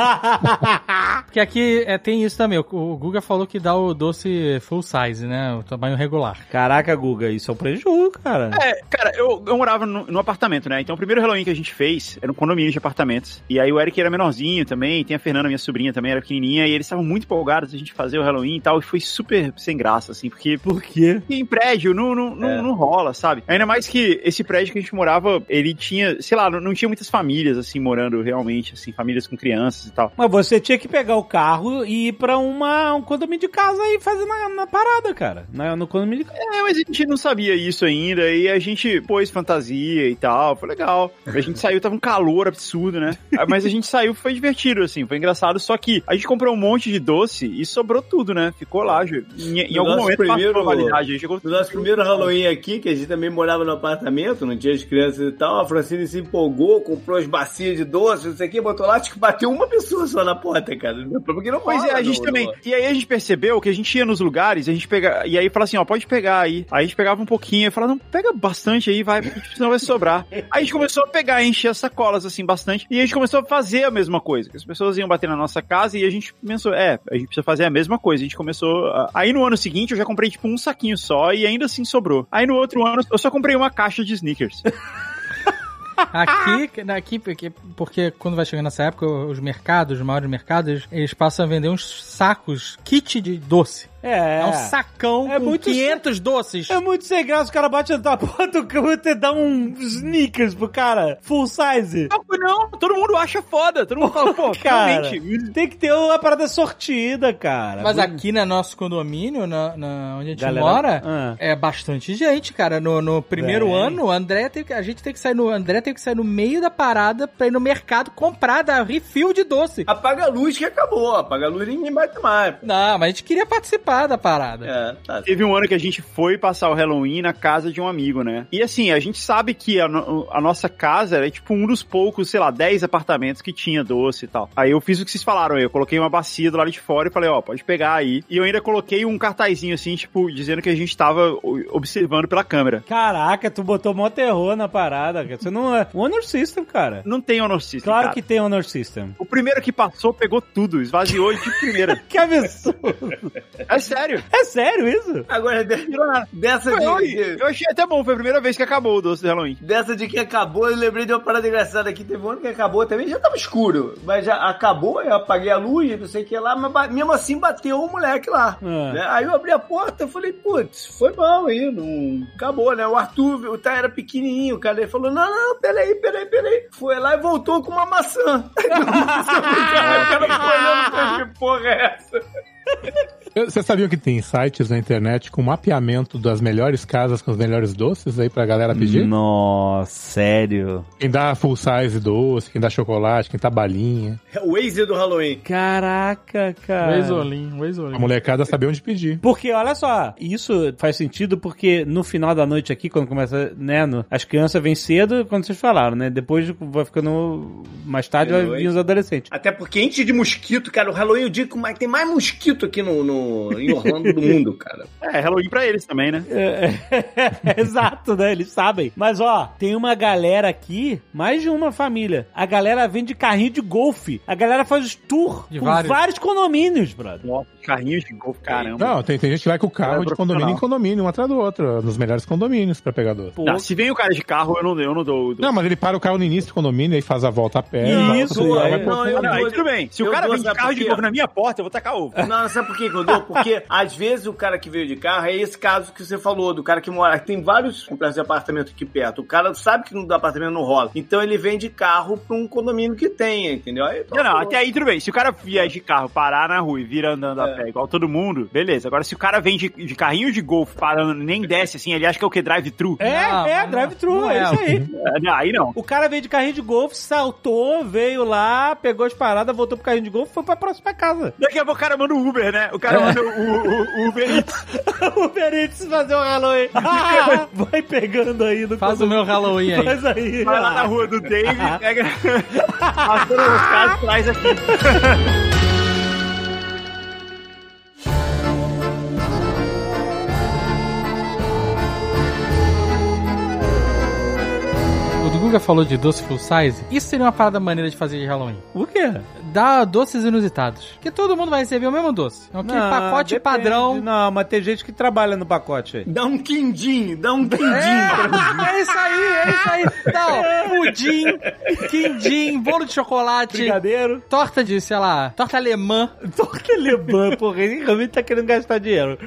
Speaker 6: Porque aqui é, tem isso também. O, o Guga falou que dá o doce full size, né? O tamanho regular.
Speaker 2: Caraca, Guga, isso é um prejuízo, cara.
Speaker 5: É, cara, eu, eu morava no, no apartamento, né? Então o primeiro Halloween que a gente fez era um condomínio de apartamentos. E aí o Eric era menorzinho também, tem a Fernanda, minha sobrinha também, era pequenininha, e eles estavam muito empolgados a gente fazer o Halloween e tal, e foi super sem graça, assim, porque...
Speaker 2: Por quê?
Speaker 5: Em prédio não, não, não, é. não rola, sabe? Ainda mais que esse prédio que a gente morava, ele tinha, sei lá, não, não tinha muitas famílias, assim, morando realmente, assim, famílias com crianças e tal.
Speaker 2: Mas você tinha que pegar o carro e ir pra uma, um condomínio de carro. casa e fazer na, na parada, cara. Na, no condomínio de casa.
Speaker 5: É, mas a gente não sabia isso ainda, e a gente pôs fantasia e tal, foi legal. A gente saiu, tava um calor absurdo, né? Mas a gente saiu, foi divertido, assim, foi engraçado, só que a gente comprou um monte de doce e sobrou tudo, né? Ficou lá, em, em algum momento
Speaker 4: primeiro,
Speaker 5: passou a validade. A gente chegou...
Speaker 4: No nosso primeiro Halloween aqui, que a gente também morava no apartamento, não tinha as crianças e tal, a Francine se empolgou, comprou as bacias de doce, não sei o que, botou lá, acho que bateu uma pessoa só na porta, cara. Porque não
Speaker 5: Pois é, a gente
Speaker 4: não,
Speaker 5: também.
Speaker 4: Não.
Speaker 5: E aí a gente percebeu que a gente ia nos lugares, a gente pega, e aí fala assim, ó, pode pegar aí. Aí a gente pegava um pouquinho, e falava, não, pega bastante aí, vai, porque senão vai sobrar. Aí a gente começou a pegar, encher as sacolas, assim, bastante, e a gente começou a fazer a mesma coisa. As pessoas iam bater na nossa casa e a gente pensou, é, a gente precisa fazer a mesma coisa. A gente começou... A... Aí no ano seguinte eu já comprei, tipo, um saquinho só e ainda assim sobrou. Aí no outro ano eu só comprei uma caixa de Snickers.
Speaker 6: Aqui, aqui porque, porque quando vai chegando nessa época, os mercados, os maiores mercados, eles passam a vender uns sacos, kit de doce.
Speaker 2: É.
Speaker 6: É um sacão
Speaker 2: É
Speaker 6: com
Speaker 2: muito
Speaker 6: quinhentos doces.
Speaker 2: É muito sem graça, o cara bate na porta do canto e dá um Snickers pro cara, full size.
Speaker 5: Não, não, todo mundo acha foda, todo mundo fala, pô,
Speaker 2: Cara,
Speaker 5: realmente.
Speaker 2: tem que ter uma parada sortida, cara.
Speaker 6: Mas aqui no nosso condomínio, na, na- onde a gente
Speaker 2: Galera-
Speaker 6: mora,
Speaker 2: Ah.
Speaker 6: é bastante gente, cara. No, no primeiro
Speaker 2: Vem.
Speaker 6: ano, o André teve, que- a gente tem que sair no, o André teve que sair no meio da parada pra ir no mercado comprar da refill de doce.
Speaker 4: Apaga a luz que acabou, apaga a luz e ninguém bate mais. Pô.
Speaker 6: Não, mas a gente queria participar da parada.
Speaker 4: É, tá.
Speaker 5: Teve um ano que a gente foi passar o Halloween na casa de um amigo, né? E assim, a gente sabe que a, no- a nossa casa era tipo um dos poucos, sei lá, dez apartamentos que tinha doce e tal. Aí eu fiz o que vocês falaram, eu coloquei uma bacia do lado de fora e falei, ó, pode pegar aí. E eu ainda coloquei um cartazinho assim, tipo, dizendo que a gente tava o- observando pela câmera.
Speaker 2: Caraca, tu botou mó terror na parada, cara. Você não é... Honor System, cara.
Speaker 5: Não tem honor system,
Speaker 2: Claro
Speaker 5: cara.
Speaker 2: que tem Honor System.
Speaker 5: O primeiro que passou pegou tudo, esvaziou de primeira.
Speaker 2: Que absurdo.
Speaker 5: É sério.
Speaker 2: É sério isso?
Speaker 4: Agora, de- dessa
Speaker 5: Foi, eu,
Speaker 4: de,
Speaker 5: eu achei até bom, foi a primeira vez que acabou o doce do Halloween.
Speaker 4: dessa de que acabou, eu lembrei de uma parada engraçada aqui. Teve um ano que acabou também, já tava escuro, mas já acabou, eu apaguei a luz, não sei o que lá, mas ba- mesmo assim bateu o moleque lá.
Speaker 2: Ah.
Speaker 4: Né? Aí eu abri a porta e falei, putz, foi mal aí, não acabou, né? O Arthur, o Tá era pequenininho, o cara ele falou, não, não, peraí, peraí, peraí. Foi lá e voltou com uma maçã. O cara ficou olhando pra mim, que porra é essa?
Speaker 3: Vocês sabiam que tem sites na internet com mapeamento das melhores casas com os melhores doces aí pra galera pedir?
Speaker 2: Nossa, sério?
Speaker 3: Quem dá full size doce, quem dá chocolate, quem dá balinha.
Speaker 4: É o Waze do Halloween.
Speaker 2: Caraca, cara.
Speaker 6: O Exolim, o
Speaker 3: A
Speaker 6: Exolim.
Speaker 3: molecada sabe onde pedir.
Speaker 2: Porque, olha só, isso faz sentido porque no final da noite aqui, quando começa, né, no- as crianças vêm cedo, quando vocês falaram, né, depois vai ficando, mais tarde vai vir os adolescentes.
Speaker 4: Até porque antes de mosquito, cara, o Halloween eu digo que mais- tem mais mosquito aqui no, no, em Orlando do mundo, cara.
Speaker 5: É, Halloween pra eles também, né?
Speaker 2: É, é, exato, né, eles sabem. Mas, ó, tem uma galera aqui, mais de uma família, a galera vem de carrinho de golfe, a galera faz tour
Speaker 6: De
Speaker 2: com
Speaker 6: vários.
Speaker 2: vários condomínios, brother.
Speaker 5: Nossa, carrinhos de golfe, caramba.
Speaker 3: Não, tem, tem gente que vai com o carro
Speaker 5: É
Speaker 3: de condomínio em condomínio, um atrás do outro, nos melhores condomínios pra pegar doce.
Speaker 2: Pô,
Speaker 5: Não, se vem o cara de carro, eu não, eu não dou.
Speaker 3: Não, mas ele para o carro no início do condomínio e faz a volta a pé.
Speaker 2: Isso,
Speaker 3: vai,
Speaker 2: é.
Speaker 3: vai pro-
Speaker 4: Não, eu
Speaker 5: Não, aí
Speaker 4: dou-
Speaker 5: tudo bem. Se o
Speaker 4: eu
Speaker 5: cara
Speaker 4: dou,
Speaker 5: vem de
Speaker 4: sabe
Speaker 5: carro
Speaker 4: por
Speaker 5: de
Speaker 4: quê?
Speaker 5: golfe na minha porta, eu vou tacar ovo.
Speaker 4: Não, sabe por que que eu dou? Porque às vezes o cara que veio de carro é esse caso que você falou, do cara que mora. Tem vários complexos de apartamento aqui perto. O cara sabe que no apartamento não rola. Então ele vem de carro pra um condomínio que tenha, entendeu? Aí,
Speaker 5: Não, não, até aí tudo bem. Se o cara vier de carro, parar na rua e vir andando a
Speaker 4: É.
Speaker 5: pé igual todo mundo, beleza. Agora, se o cara vem de, de carrinho de golfe parando, nem desce assim, ele acha que é o que? Drive-thru?
Speaker 2: É,
Speaker 6: Não,
Speaker 2: é,
Speaker 6: não,
Speaker 2: drive-thru,
Speaker 6: não
Speaker 2: é
Speaker 6: é.
Speaker 2: isso aí.
Speaker 5: É, não, aí não.
Speaker 2: O cara veio de carrinho de golfe, saltou, veio lá, pegou as paradas, voltou pro carrinho de golfe e foi pra próxima casa.
Speaker 5: Daqui a pouco o cara manda o Uber, né? O cara manda o, o, o Uber Eats.
Speaker 2: O Benítez fazer o Halloween. Vai pegando aí no
Speaker 6: Faz o meu Halloween aí.
Speaker 2: Faz aí.
Speaker 5: Vai lá na rua do Dave, pega as todas as casas, traz aqui.
Speaker 6: O Guga falou de doce full size. Isso seria uma parada maneira de fazer de Halloween.
Speaker 2: O quê?
Speaker 6: Dá doces inusitados. Porque todo mundo vai receber o mesmo doce. É aquele
Speaker 2: Não,
Speaker 6: pacote
Speaker 2: depende.
Speaker 6: padrão.
Speaker 2: Não, mas tem gente que trabalha no pacote aí.
Speaker 4: Dá um quindim, dá um quindim.
Speaker 6: É, é isso aí, é isso aí. Não, pudim, quindim, bolo de chocolate,
Speaker 2: Brigadeiro.
Speaker 6: torta de, sei lá, torta alemã.
Speaker 2: Torta alemã, porra. Ele realmente tá querendo gastar dinheiro.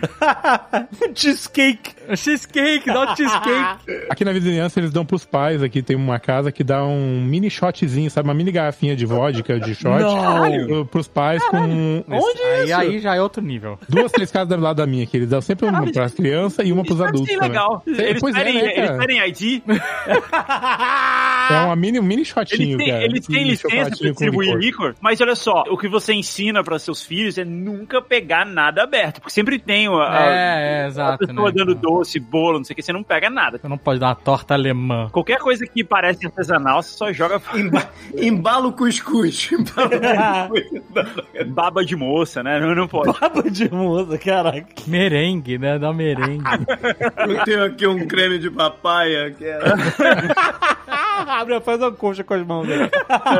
Speaker 2: Cheesecake.
Speaker 6: Cheesecake, dá um cheesecake.
Speaker 3: Aqui na vizinhança eles dão pros pais, aqui tem uma na casa que dá um mini shotzinho, sabe? Uma mini garrafinha de vodka, de shot.
Speaker 6: Não.
Speaker 3: Pros pais com...
Speaker 2: Onde
Speaker 6: Aí,
Speaker 2: isso?
Speaker 6: aí já é outro nível.
Speaker 3: Duas, três casas do lado da minha, que eles dão sempre uma pras crianças e uma pros adultos.
Speaker 5: Isso é legal.
Speaker 3: Também.
Speaker 5: Eles
Speaker 3: Pois é,
Speaker 5: pedem,
Speaker 3: né,
Speaker 5: eles
Speaker 3: cara?
Speaker 5: pedem I D.
Speaker 3: É uma mini, um mini shotinho,
Speaker 5: Eles têm,
Speaker 3: cara.
Speaker 5: eles têm
Speaker 3: Mini
Speaker 5: licença pra
Speaker 3: chocolatinho com
Speaker 5: distribuir
Speaker 3: licor.
Speaker 5: licor, mas olha só, o que você ensina pra seus filhos é nunca pegar nada aberto, porque sempre tem a, a,
Speaker 6: É, é,
Speaker 5: a
Speaker 6: exato,
Speaker 5: pessoa
Speaker 6: né?
Speaker 5: dando doce, bolo, não sei o que, você não pega nada.
Speaker 6: Você não pode dar uma torta alemã.
Speaker 5: Qualquer coisa que parece artesanal, você só joga
Speaker 4: Emba embalo cuscuz. Embalo cuscuz.
Speaker 5: baba de moça, né? Não, não pode.
Speaker 2: Baba de moça, caraca.
Speaker 6: Merengue, né? Dá merengue.
Speaker 4: Eu tenho aqui um creme de papaya que é...
Speaker 2: Abre, faz uma coxa com as mãos dele.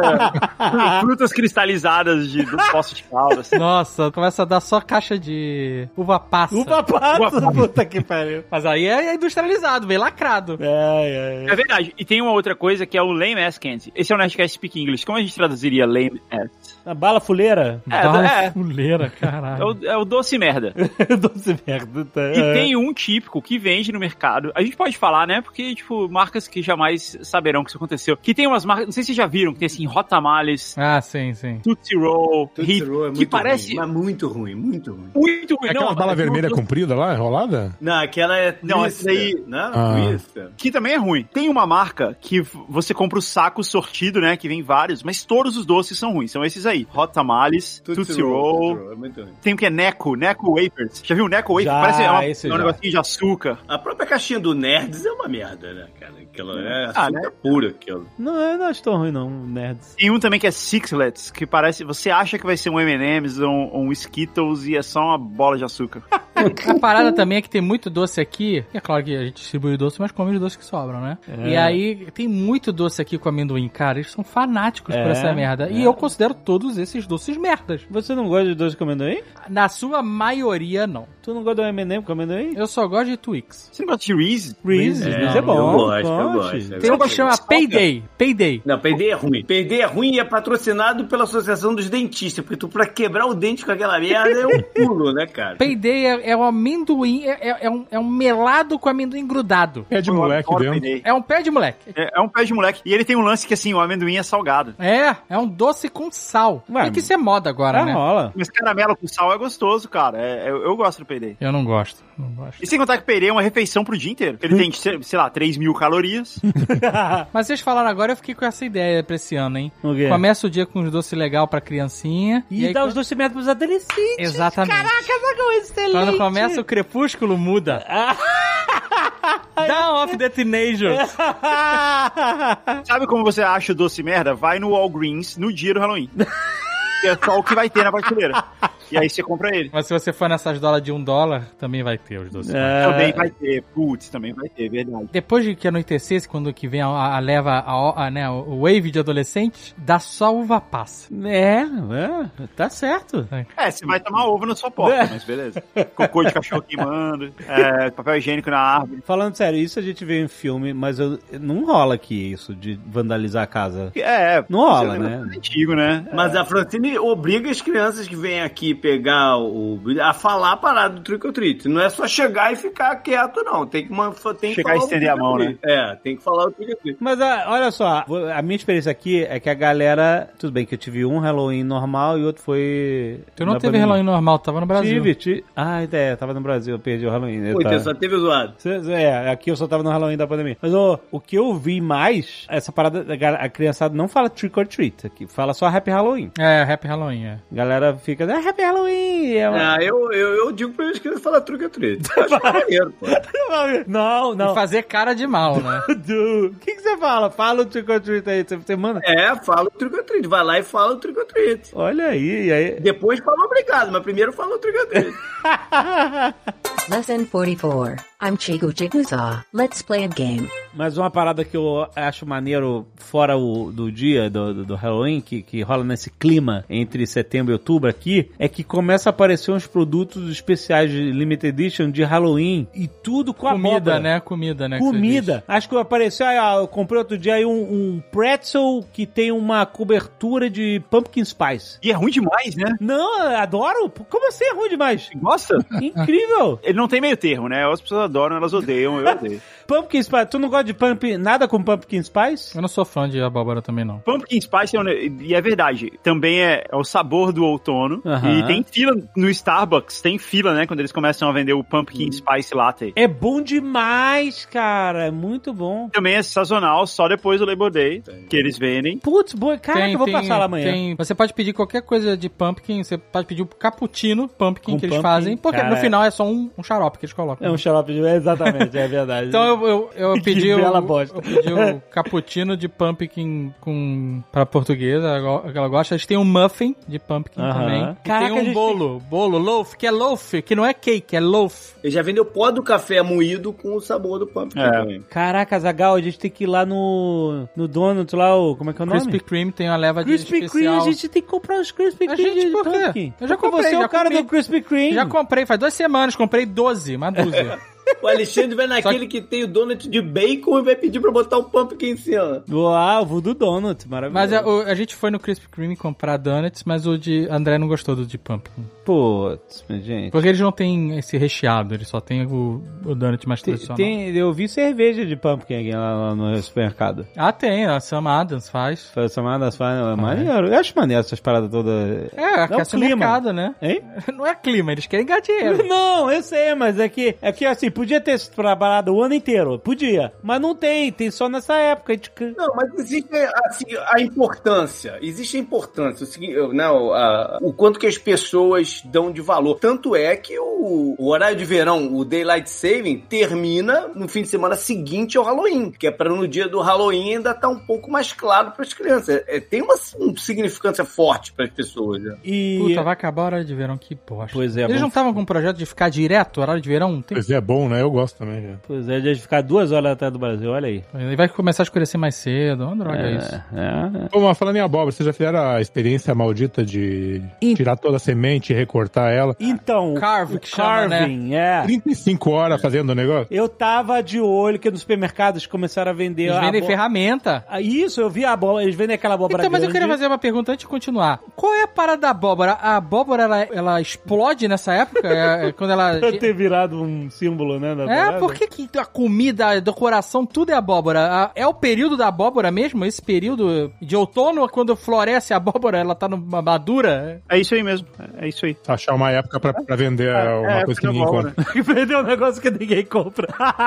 Speaker 5: Frutas cristalizadas de, do poço de caldas.
Speaker 6: Nossa, começa a dar só caixa de uva passa.
Speaker 2: Uva passa, puta que pariu.
Speaker 6: Mas aí é industrializado, bem lacrado.
Speaker 2: É, é, é.
Speaker 5: É verdade. E tem uma outra coisa que é o lame ass candy. Esse é o Nerdcast Speak English. Como a gente traduziria lame ass?
Speaker 2: A bala fuleira?
Speaker 5: É,
Speaker 6: Bala
Speaker 5: é.
Speaker 6: fuleira,
Speaker 5: É
Speaker 6: caralho.
Speaker 5: o, é o doce merda.
Speaker 2: Doce merda. Tá.
Speaker 5: E tem um típico que vende no mercado. A gente pode falar, né? Porque, tipo, marcas que jamais saberão que isso aconteceu. Que tem umas marcas, não sei se vocês já viram, que tem assim, Hot Tamales,
Speaker 6: Ah, sim, sim.
Speaker 5: Tootsie Roll,
Speaker 4: Tootsie
Speaker 5: Hit,
Speaker 4: Roll é
Speaker 5: que
Speaker 4: muito
Speaker 5: parece
Speaker 4: ruim, mas muito ruim, muito ruim.
Speaker 5: muito ruim.
Speaker 3: É aquela
Speaker 5: Não,
Speaker 3: bala
Speaker 5: é
Speaker 3: vermelha
Speaker 5: um-
Speaker 3: comprida lá, enrolada?
Speaker 4: Não, aquela é
Speaker 5: Não,
Speaker 4: Twister,
Speaker 5: essa daí-
Speaker 4: né?
Speaker 3: Ah.
Speaker 4: Twister.
Speaker 5: Que também é ruim. Tem uma marca que v- você compra o saco sortido, né? Que vem vários, mas todos os doces são ruins. São esses aí. Hot Tamales, Tootsie, Roll.
Speaker 4: Tootsie Roll, é muito ruim.
Speaker 5: Tem o que é Neco, Neco Wafers. Já viu o Neco Wafer?
Speaker 2: Já,
Speaker 5: Parece é uma-
Speaker 2: esse
Speaker 5: é um
Speaker 2: já.
Speaker 5: negocinho de açúcar.
Speaker 4: A própria caixinha do Nerds é uma merda, né, cara? Aquela é
Speaker 5: Ah,
Speaker 4: açúcar
Speaker 5: né?
Speaker 4: pura, aquilo.
Speaker 2: Não, eu não acho tão ruim, não, nerds.
Speaker 5: Tem um também que é Sixlets, que parece... Você acha que vai ser um M and M's ou um, um Skittles e é só uma bola de açúcar.
Speaker 6: A parada também é que tem muito doce aqui. E é claro que a gente distribui doce, mas come os doces que sobram, né?
Speaker 2: É.
Speaker 6: E aí tem muito doce aqui com amendoim, cara. Eles são fanáticos por
Speaker 2: É,
Speaker 6: essa merda.
Speaker 2: é.
Speaker 6: E eu considero todos esses doces merdas.
Speaker 2: Você não gosta de doce com amendoim?
Speaker 6: Na sua maioria, não.
Speaker 2: Tu não gosta do M and M com amendoim?
Speaker 6: Eu só gosto de Twix.
Speaker 5: Você não gosta de Reese?
Speaker 2: Reese's,
Speaker 4: É,
Speaker 2: mas é bom.
Speaker 4: eu gosto, eu
Speaker 2: Conte.
Speaker 4: gosto.
Speaker 6: Tem um que chama Payday. Payday.
Speaker 4: Não, P D é ruim. P D é ruim e é patrocinado pela Associação dos Dentistas, porque tu pra quebrar o dente com aquela merda é um pulo, né, cara?
Speaker 6: Payday é, é um amendoim, é, é- é um, é um melado com amendoim grudado.
Speaker 3: É de
Speaker 5: Eu
Speaker 3: moleque
Speaker 5: adoro
Speaker 3: dentro.
Speaker 5: Payday.
Speaker 6: É um pé de moleque.
Speaker 5: É, é um pé de moleque. E ele tem um lance que, assim, o amendoim é salgado.
Speaker 6: É, é um doce com sal.
Speaker 2: Ué,
Speaker 6: Tem que ser moda agora,
Speaker 2: Ah,
Speaker 6: né?
Speaker 2: rola.
Speaker 5: Mas caramelo com sal é gostoso, cara. É, eu, eu gosto do Payday.
Speaker 6: Eu não gosto, não gosto.
Speaker 5: E sem contar que o Payday é uma refeição pro dia inteiro. Ele tem, sei sei lá, três mil calorias.
Speaker 6: Mas vocês falaram agora, eu fiquei com essa ideia pra esse ano, hein?
Speaker 2: O quê?
Speaker 6: Começa o dia com uns doces legal pra criancinha.
Speaker 2: E,
Speaker 6: aí
Speaker 2: dá
Speaker 6: quando-
Speaker 2: os doces merda pros adolescentes.
Speaker 6: Exatamente.
Speaker 2: Caraca, essa coisa excelente.
Speaker 6: Quando começa o crepúsculo, muda. Down of the Teenagers.
Speaker 5: Sabe como você acha o doce merda? Vai no Walgreens no dia do Halloween. Que é só o que vai ter na prateleira. E aí você compra ele.
Speaker 6: Mas se você for nessas dólares de um dólar, também vai ter os doces.
Speaker 2: É.
Speaker 5: Também vai ter. Putz, também vai ter, verdade.
Speaker 6: Depois de que anoitecesse, quando que vem a, a leva, a, a, né, o wave de adolescentes, dá só uva passa.
Speaker 2: É, é, tá certo.
Speaker 5: É, você vai tomar ovo na sua porta,
Speaker 2: É.
Speaker 5: mas beleza. Cocô de cachorro queimando, é, papel higiênico na árvore.
Speaker 2: Falando sério, isso a gente vê em filme, mas eu, não rola aqui isso de vandalizar a casa.
Speaker 5: É,
Speaker 2: Não rola,
Speaker 5: isso é
Speaker 2: né?
Speaker 5: antigo, né?
Speaker 4: Mas a Francine obriga as crianças que vêm aqui pegar o... a falar a parada do trick or treat. Não é só chegar e ficar quieto, não. Tem que, uma, tem que
Speaker 5: Chegar e
Speaker 4: falar o
Speaker 5: estender a
Speaker 4: trick or
Speaker 5: mão,
Speaker 4: treat. É, tem que falar o trick or treat.
Speaker 2: Mas ah, olha só, a minha experiência aqui é que a galera. Tudo bem que eu tive um Halloween normal e outro foi.
Speaker 6: Tu não
Speaker 2: na
Speaker 6: teve
Speaker 2: pandemia.
Speaker 6: Halloween normal, tava no Brasil.
Speaker 2: Tive, tive. Ah, é, tava no Brasil, eu perdi o Halloween.
Speaker 4: Pô,
Speaker 2: tá.
Speaker 4: então só teve zoado.
Speaker 2: Cê- É, aqui eu só tava no Halloween da pandemia. Mas ô, o que eu vi mais, essa parada, da gal- a criançada não fala trick or treat aqui, fala só Happy Halloween.
Speaker 6: É, Happy Halloween, é.
Speaker 2: A galera fica, ah, Happy Halloween! É uma...
Speaker 4: Ah, eu, eu, eu digo pra eles que eles falam trick or treat. Eu acho maneiro, pô.
Speaker 2: Não, não.
Speaker 6: E fazer cara de mal, né?
Speaker 2: Du, O que que você fala? Fala o trick or treat aí, você- você manda.
Speaker 4: É, fala o trick or treat. Vai lá e fala o trick or treat.
Speaker 2: Olha aí, e aí.
Speaker 4: Depois fala obrigado, mas primeiro fala o trick or treat.
Speaker 7: Lesson forty-four. I'm Chigo Jigusa. Let's play a game.
Speaker 2: Mas uma parada que eu acho maneiro fora o, do dia do, do, do Halloween, que, que rola nesse clima entre setembro e outubro aqui, é que começa a aparecer uns produtos especiais de Limited Edition de Halloween e tudo com
Speaker 6: Comida,
Speaker 2: abóbora.
Speaker 6: né? Comida, né? que você
Speaker 2: Comida. Acho que apareceu, ah, eu comprei outro dia aí um, um pretzel que tem uma cobertura de pumpkin spice.
Speaker 5: E é ruim demais, né?
Speaker 2: Não, eu adoro. Como assim é ruim demais?
Speaker 5: Nossa!
Speaker 2: Incrível.
Speaker 5: Ele não tem meio termo, né? As pessoas adoram, elas odeiam, eu odeio.
Speaker 2: Pumpkin spice. Tu não gosta gosta de pumpkin, nada com pumpkin spice?
Speaker 6: Eu não sou fã de abóbora também, não.
Speaker 5: Pumpkin Spice, é um- e é verdade, também é, é o sabor do outono.
Speaker 2: Aham.
Speaker 5: E tem fila no Starbucks, tem fila, né? Quando eles começam a vender o Pumpkin Spice Latte.
Speaker 2: É bom demais, cara. É muito bom.
Speaker 5: Também é sazonal, só depois do Labor Day, que eles vendem.
Speaker 2: Putz, boa. Caraca, eu vou passar lá amanhã.
Speaker 6: tem- você pode pedir qualquer coisa de pumpkin, você pode pedir o cappuccino pumpkin
Speaker 2: Com
Speaker 6: que eles
Speaker 2: pumpkin,
Speaker 6: fazem, porque
Speaker 2: cara.
Speaker 6: no final é só um, um xarope que eles colocam.
Speaker 2: É um xarope de... Exatamente, é verdade.
Speaker 6: Então eu, eu, eu
Speaker 2: Que
Speaker 6: pedi o,
Speaker 2: bela bosta.
Speaker 6: eu pedi o cappuccino de pumpkin com pra portuguesa, ela ela gosta. A gente tem um muffin de pumpkin
Speaker 2: Aham.
Speaker 6: também. E
Speaker 2: Caraca,
Speaker 6: tem
Speaker 2: a
Speaker 6: um
Speaker 2: gente
Speaker 6: bolo, bolo, loaf, que é loaf, que não é cake, é loaf.
Speaker 4: Ele já vendeu pó do café moído com o sabor do pumpkin
Speaker 5: É.
Speaker 4: também.
Speaker 2: Caraca, Zagal, a gente tem que ir lá no, no Donut lá, o, como é que é o nome?
Speaker 6: Krispy Kreme tem uma leva de
Speaker 2: Krispy Kreme,
Speaker 6: especial.
Speaker 2: a gente tem que comprar os Krispy
Speaker 6: A
Speaker 2: Kreme
Speaker 6: gente,
Speaker 2: de
Speaker 6: por quê?
Speaker 2: pumpkin.
Speaker 6: Eu já
Speaker 2: Porque
Speaker 6: comprei,
Speaker 2: você é
Speaker 6: já
Speaker 2: o cara
Speaker 6: comi.
Speaker 2: do Krispy Kreme.
Speaker 6: Já comprei, faz duas semanas, comprei doze, uma dúzia.
Speaker 4: O Alexandre vai naquele que tem o donut de bacon e vai pedir pra botar o pumpkin em cima.
Speaker 2: Uau, o Voodoo Donut, maravilhoso.
Speaker 6: Mas a, o- a gente foi no Krispy Kreme comprar donuts, mas o de André não gostou do de pumpkin.
Speaker 2: Putz, gente.
Speaker 6: Porque eles não têm esse recheado, eles só têm o, o donut mais
Speaker 2: Tem,
Speaker 6: tradicional.
Speaker 2: tem- eu vi cerveja de pumpkin aqui lá, lá no supermercado.
Speaker 6: Ah, tem, a Sam Adams faz.
Speaker 2: Foi chamadas é maneiro. Eu acho maneiro essas paradas todas.
Speaker 6: É, aquece o
Speaker 2: clima.
Speaker 6: mercado, né?
Speaker 2: Hein?
Speaker 6: Não é clima, eles querem ganhar dinheiro.
Speaker 2: Não, eu sei, mas é que, é que assim, podia ter trabalhado o ano inteiro, podia, mas não tem, tem só nessa época. A gente...
Speaker 4: Não, mas existe assim, a importância. Existe a importância. O, seguinte, não, a- o quanto que as pessoas dão de valor. Tanto é que o, o horário de verão, o Daylight Saving, termina no fim de semana seguinte ao Halloween. Que é para no dia do Halloween ainda estar um pouco mais claro para as crianças. É, tem uma, uma significância forte para as pessoas. Né?
Speaker 2: E...
Speaker 6: Puta, vai acabar a hora de verão, que bosta.
Speaker 2: Pois é,
Speaker 6: Eles
Speaker 2: bom.
Speaker 6: não estavam com um projeto de ficar direto, horário de verão? Tem...
Speaker 3: Pois é, bom, né? Eu gosto também. Já.
Speaker 2: Pois é, de ficar duas horas atrás do Brasil, olha aí.
Speaker 6: Ele vai começar a escurecer mais cedo, uma droga é, isso.
Speaker 2: É,
Speaker 3: Pô, mas falando em abóbora, vocês já fizeram a experiência maldita de
Speaker 2: Ent-
Speaker 3: tirar toda a semente e recortar ela?
Speaker 2: Então,
Speaker 6: Carve,
Speaker 2: o
Speaker 6: que chama, né?
Speaker 2: carving, é.
Speaker 3: trinta e cinco horas fazendo o negócio?
Speaker 2: Eu tava de olho que nos supermercados começaram a vender
Speaker 6: Eles
Speaker 2: a
Speaker 6: vendem
Speaker 2: abo-
Speaker 6: ferramenta.
Speaker 2: Ah, isso, eu vi a abóbora, eles vendem aquela abóbora
Speaker 6: Então, mas eu
Speaker 2: grande.
Speaker 6: queria fazer uma pergunta antes de continuar. Qual é a parada da abóbora? A abóbora, ela, ela explode nessa época? É, é quando ela...
Speaker 2: ter virado um símbolo, né? Da
Speaker 6: É,
Speaker 2: parada.
Speaker 6: por que, que a comida, a decoração, tudo é abóbora? A- É o período da abóbora mesmo? Esse período de outono, quando floresce a abóbora, ela tá numa madura?
Speaker 5: É isso aí mesmo, é isso aí.
Speaker 3: Achar uma época pra, pra vender uma
Speaker 5: é,
Speaker 3: coisa que
Speaker 5: época
Speaker 3: ninguém
Speaker 5: da
Speaker 3: compra.
Speaker 5: abóbora.
Speaker 2: Que vendeu um negócio que ninguém compra.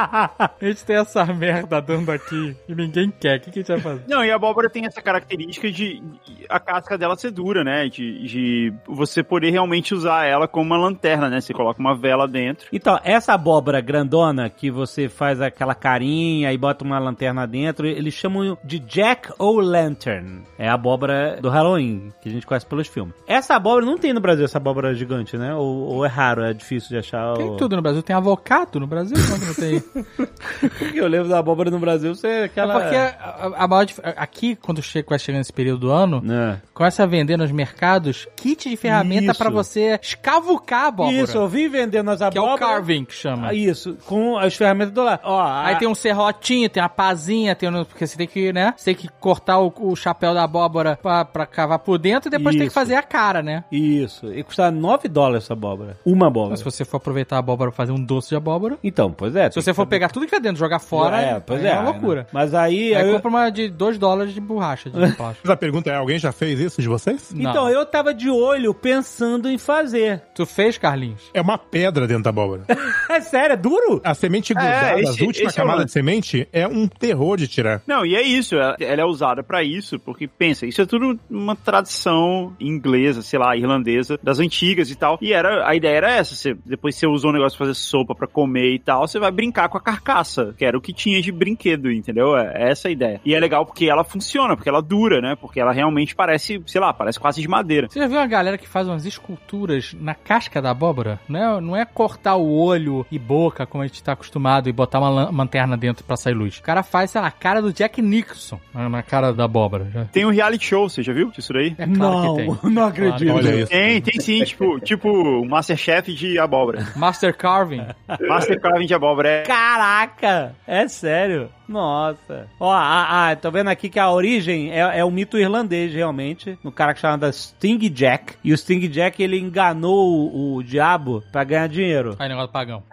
Speaker 6: A gente tem essa merda dando aqui e ninguém quer. O que, que a gente vai fazer?
Speaker 5: Não, e a abóbora tem essa característica de de a casca dela ser dura, né? De, de você poder realmente usar ela como uma lanterna, né? Você coloca uma vela dentro.
Speaker 2: Então, essa abóbora grandona que você faz aquela carinha e bota uma lanterna dentro, eles chamam de Jack-o'-lantern. É a abóbora do Halloween, que a gente conhece pelos filmes. Essa abóbora não tem no Brasil, essa abóbora gigante, né? Ou, ou é raro, é difícil de achar.
Speaker 6: Tem
Speaker 2: ou...
Speaker 6: tudo no Brasil. Tem avocado no Brasil? Quando não tem?
Speaker 2: Porque eu lembro da abóbora no Brasil, você é aquela...
Speaker 6: É porque a, a maior dif- aqui, quando chega, vai chegando esse período do ano,
Speaker 2: É.
Speaker 6: começa a vender nos mercados kit de ferramenta
Speaker 2: Isso.
Speaker 6: pra você escavucar a abóbora.
Speaker 2: Isso, eu vi vendendo as
Speaker 6: Que é o
Speaker 2: abóboras.
Speaker 6: carving que chama.
Speaker 2: Ah, Isso, com as ferramentas do lado. Ó,
Speaker 6: Aí
Speaker 2: a-
Speaker 6: tem um serrotinho, tem uma pazinha, tem um, porque você tem que, né? Você tem que cortar o, o chapéu da abóbora pra, pra cavar por dentro e depois tem que
Speaker 2: Isso.
Speaker 6: fazer a cara, né?
Speaker 2: Isso, e custava nove dólares essa abóbora. Uma abóbora.
Speaker 6: Mas se você for aproveitar a abóbora pra fazer um doce de abóbora,
Speaker 2: Então, pois é.
Speaker 6: se você for pegar tudo que é dentro e jogar fora,
Speaker 2: é, pois
Speaker 6: aí
Speaker 2: é,
Speaker 6: é uma loucura.
Speaker 2: né? Mas aí...
Speaker 6: Aí
Speaker 2: eu-
Speaker 6: compra uma de dois dólares de borracha de plástico.
Speaker 3: Mas a pergunta é, alguém já fez isso de vocês?
Speaker 6: Não.
Speaker 2: Então, eu tava de olho pensando em fazer.
Speaker 6: Tu fez, Carlinhos?
Speaker 3: É uma pedra dentro da abóbora.
Speaker 2: É sério, é duro?
Speaker 3: A semente grudada,
Speaker 5: esse-
Speaker 3: as últimas
Speaker 5: esse é o
Speaker 3: camadas
Speaker 5: lance.
Speaker 3: de semente, é um terror de tirar.
Speaker 5: Não, e é isso, ela ela é usada pra isso, porque pensa, isso é tudo uma tradição inglesa, sei lá, irlandesa, das antigas e tal. E era, a ideia era essa, você, depois você usou um negócio pra fazer sopa, pra comer e tal, você vai brincar com a carcaça, que era o que tinha de brinquedo, entendeu? É essa a ideia. E é legal porque ela funciona, porque ela dura, né? Porque ela realmente parece, sei lá, parece quase de madeira.
Speaker 6: Você já viu uma galera que faz umas esculturas na casca da abóbora? Não é, não é cortar o olho e boca, como a gente tá acostumado, e botar uma lan- lanterna dentro pra sair luz. O cara faz, sei lá, a cara do Jack Nixon na, na cara da abóbora. Já-
Speaker 5: Tem um reality show, você já viu disso daí?
Speaker 6: É claro que tem.
Speaker 2: não acredito.
Speaker 6: Claro.
Speaker 3: Olha isso.
Speaker 5: Tem, tem sim, tipo, tipo o Masterchef de abóbora.
Speaker 6: Master Carving.
Speaker 5: Master Carving de abóbora é...
Speaker 2: Caraca, é sério. Nossa. Ó, ah, ah, tô vendo aqui que a origem é, é um mito irlandês, realmente. No cara que chama da Sting Jack. E o Sting Jack, ele enganou o, o diabo pra ganhar dinheiro.
Speaker 6: Aí, negócio do pagão.
Speaker 5: Não, é tudo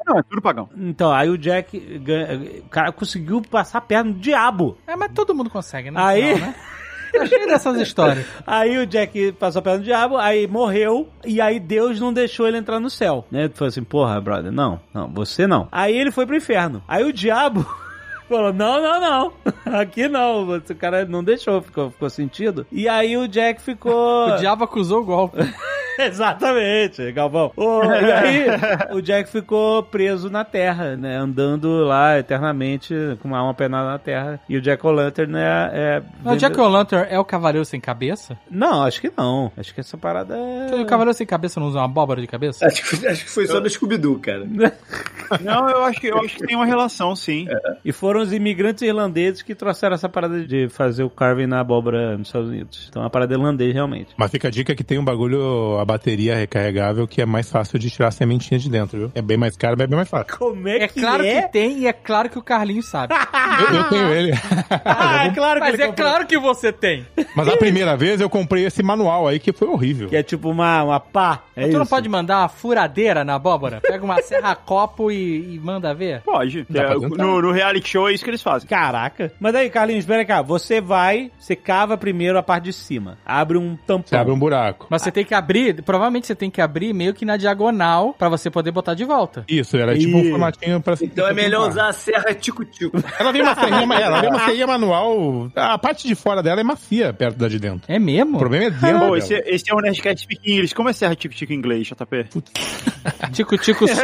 Speaker 5: pagão.
Speaker 2: Então, aí o Jack, ganha- o cara conseguiu passar a perna do diabo.
Speaker 6: É, mas todo mundo consegue, né?
Speaker 2: Aí-
Speaker 6: Não, né? Tá cheio dessas histórias.
Speaker 2: Aí o Jack passou a perna do diabo, aí morreu, e aí Deus não deixou ele entrar no céu, né? Ele falou assim, porra, brother, não, não, você não. Aí ele foi pro inferno. Aí o diabo falou, não, não, não, aqui não, o cara não deixou, ficou, ficou sentido. E aí o Jack ficou...
Speaker 6: O diabo acusou o golpe.
Speaker 2: Exatamente, Galvão. O- e aí, o Jack ficou preso na terra, né? Andando lá eternamente com uma alma penada na terra. E o Jack-o'-lantern é... é
Speaker 6: Mas o Jack O'Lantern é o cavaleiro sem cabeça?
Speaker 2: Não, acho que não. Acho que essa parada é...
Speaker 6: O cavaleiro sem cabeça não usa uma abóbora de cabeça?
Speaker 4: Acho que, acho que foi só no Scooby-Doo, cara.
Speaker 5: Não, eu acho que, eu acho que tem uma relação, sim.
Speaker 2: E foram os imigrantes irlandeses que trouxeram essa parada de fazer o carving na abóbora nos Estados Unidos. Então é uma parada irlandesa, realmente.
Speaker 3: Mas fica a dica que tem um bagulho, a bateria recarregável, que é mais fácil de tirar a sementinha de dentro, viu? É bem mais caro, mas é bem mais fácil.
Speaker 2: Como é,
Speaker 6: É
Speaker 2: que
Speaker 6: claro
Speaker 2: é?
Speaker 6: que tem e é claro que o Carlinhos sabe.
Speaker 3: Eu, eu tenho ele.
Speaker 2: Ah, é claro que
Speaker 6: Mas
Speaker 2: ele
Speaker 6: é
Speaker 2: comprou.
Speaker 6: claro que você tem.
Speaker 3: Mas a primeira vez eu comprei esse manual aí que foi horrível.
Speaker 2: Que é tipo uma, uma pá. É
Speaker 6: tu
Speaker 2: isso?
Speaker 6: não pode mandar uma furadeira na abóbora? Pega uma serra-copo e, e manda ver?
Speaker 5: Pode.
Speaker 3: Dá pra
Speaker 5: É,
Speaker 3: tentar.
Speaker 5: no, no reality show é isso que eles fazem.
Speaker 2: Caraca. Mas aí, Carlinhos, espera cá. Você vai, você cava primeiro a parte de cima. Abre um tampão.
Speaker 3: Você abre um buraco.
Speaker 6: Mas você tem que abrir, provavelmente você tem que abrir meio que na diagonal pra você poder botar de volta.
Speaker 3: Isso, era tipo um
Speaker 2: Ih.
Speaker 3: formatinho pra...
Speaker 4: Então é melhor usar a serra tico-tico.
Speaker 3: Ela vem uma serrinha, ma- ela vem uma serrinha manual. A parte de fora dela é macia perto da de dentro.
Speaker 6: É mesmo?
Speaker 3: O problema é dentro
Speaker 5: Pô,
Speaker 3: dela.
Speaker 5: esse, esse é o Nerdcast Speak English. Como é serra tico-tico em inglês, J P?
Speaker 6: Tico-tico só.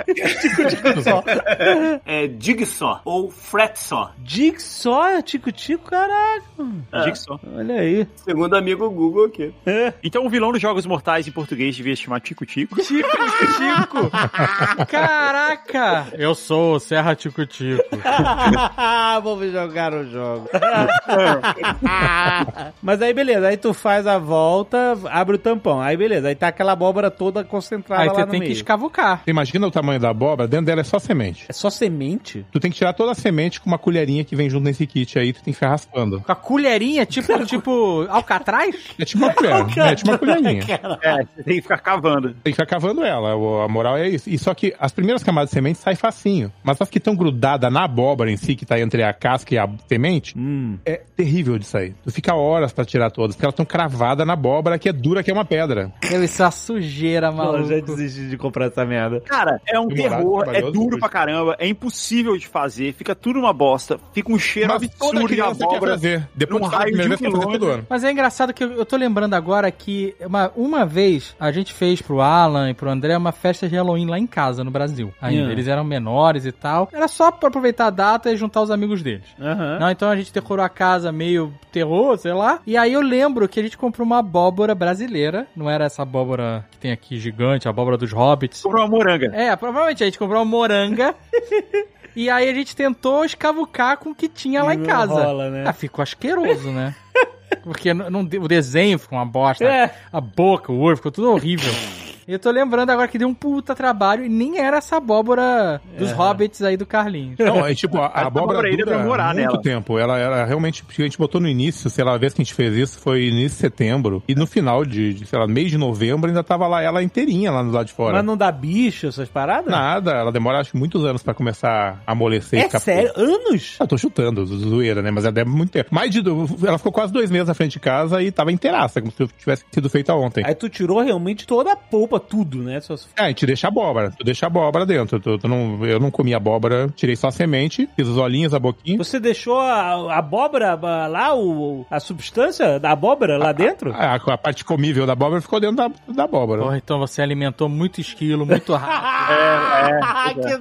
Speaker 4: É Jigsaw ou Fretsaw.
Speaker 2: Jigsaw, tico-tico, caraca.
Speaker 5: Jigsaw.
Speaker 2: Olha aí.
Speaker 4: Segundo o amigo Google aqui.
Speaker 5: Então o vilão dos Jogos Mortais em português devia se chamar Tico-Tico.
Speaker 6: Tico-tico. Caraca! Eu sou o Serra Tico-Tico.
Speaker 2: Vamos jogar o jogo. Mas aí, beleza. Aí tu faz a volta, abre o tampão. Aí, beleza. Aí tá aquela abóbora toda concentrada
Speaker 6: Aí
Speaker 2: lá
Speaker 6: você
Speaker 2: no
Speaker 6: tem
Speaker 2: meio.
Speaker 6: que escavucar.
Speaker 3: Você imagina o tamanho da abóbora, dentro dela é só semente.
Speaker 2: É só semente?
Speaker 3: Tu tem que tirar toda a semente com uma colherinha que vem junto nesse kit aí, tu tem que ficar raspando.
Speaker 6: Com a colherinha, tipo, tipo Alcatraz?
Speaker 3: É tipo uma colher, é tipo uma colherinha.
Speaker 5: É, você tem que ficar cavando.
Speaker 3: Tem que ficar cavando ela, o- a moral é isso. E só que as primeiras camadas de semente saem facinho, mas as que estão grudadas na abóbora em si, que tá entre a casca e a semente,
Speaker 2: Hum.
Speaker 3: é terrível de sair. Tu fica horas pra tirar todas, porque elas estão cravadas na abóbora, que é dura, que é uma pedra.
Speaker 6: Deve ser uma sujeira,
Speaker 2: Não,
Speaker 6: maluco.
Speaker 2: eu já desisti de comprar essa merda.
Speaker 5: Cara, é um
Speaker 3: Demorado,
Speaker 5: terror, é
Speaker 3: trabalhoso,
Speaker 5: duro
Speaker 3: custa.
Speaker 5: pra caramba, é impossível de fazer, fica tudo uma bosta, fica um cheiro
Speaker 3: Mas toda
Speaker 5: absurdo de
Speaker 3: criança quer
Speaker 5: abóbora.
Speaker 3: fazer. Depois
Speaker 5: num
Speaker 3: de fazer a
Speaker 5: raio
Speaker 3: primeira
Speaker 5: de
Speaker 3: vez,
Speaker 5: um
Speaker 3: quer fazer todo
Speaker 5: quilômetro.
Speaker 3: ano.
Speaker 6: Mas é engraçado que eu, eu tô lembrando agora que uma, uma vez a gente fez pro Alan e pro André uma festa de Halloween lá em casa, no Brasil. Ainda.
Speaker 2: Yeah.
Speaker 6: Eles eram menores e tal. Era só pra aproveitar a data e juntar os amigos deles.
Speaker 2: Aham.
Speaker 6: Não, então a gente decorou a casa meio terror, sei lá. E aí eu lembro que a gente comprou uma abóbora brasileira. Não era essa abóbora que tem aqui gigante, a abóbora dos hobbits.
Speaker 5: Comprou uma moranga.
Speaker 6: É, provavelmente a gente comprou uma moranga. E aí a gente tentou escavucar com o que tinha lá em
Speaker 2: Não
Speaker 6: casa.
Speaker 2: rola, né?
Speaker 6: Ah, ficou asqueroso, né? Porque não, não- o desenho ficou uma bosta.
Speaker 2: É.
Speaker 6: A boca, o olho, ficou tudo horrível. E eu tô lembrando agora que deu um puta trabalho e nem era essa abóbora dos hobbits aí do Carlinhos.
Speaker 3: Não, é tipo, a, a
Speaker 5: Essa
Speaker 3: abóbora
Speaker 5: abóbora aí deu
Speaker 3: dura
Speaker 5: pra morar
Speaker 3: muito
Speaker 5: nela.
Speaker 3: tempo. Ela era realmente, porque a gente botou no início, sei lá, a vez que a gente fez isso foi início de setembro. E no final de, de, sei lá, mês de novembro ainda tava lá ela inteirinha lá no lado de fora.
Speaker 2: Mas não dá bicho, essas paradas?
Speaker 3: Nada, ela demora acho muitos anos pra começar a amolecer e
Speaker 2: É
Speaker 3: ficar
Speaker 2: sério? Anos?
Speaker 3: Eu tô chutando, zoeira, né? Mas ela deve muito tempo. Mais de. Ela ficou quase dois meses na frente de casa e tava inteiraça, como se tivesse sido feita ontem.
Speaker 2: Aí tu tirou realmente toda a polpa, tudo, né? Só...
Speaker 3: É, a gente deixa a abóbora. Tu deixa a abóbora dentro. Tu, tu não, eu não comi abóbora, tirei só a semente, fiz os olhinhos, a boquinha.
Speaker 2: Você deixou a, a abóbora a- lá, o, a substância da abóbora lá dentro?
Speaker 3: A, a parte comível da abóbora ficou dentro da, da abóbora.
Speaker 6: Porra, então você alimentou muito esquilo, muito rápido.
Speaker 2: Ah, que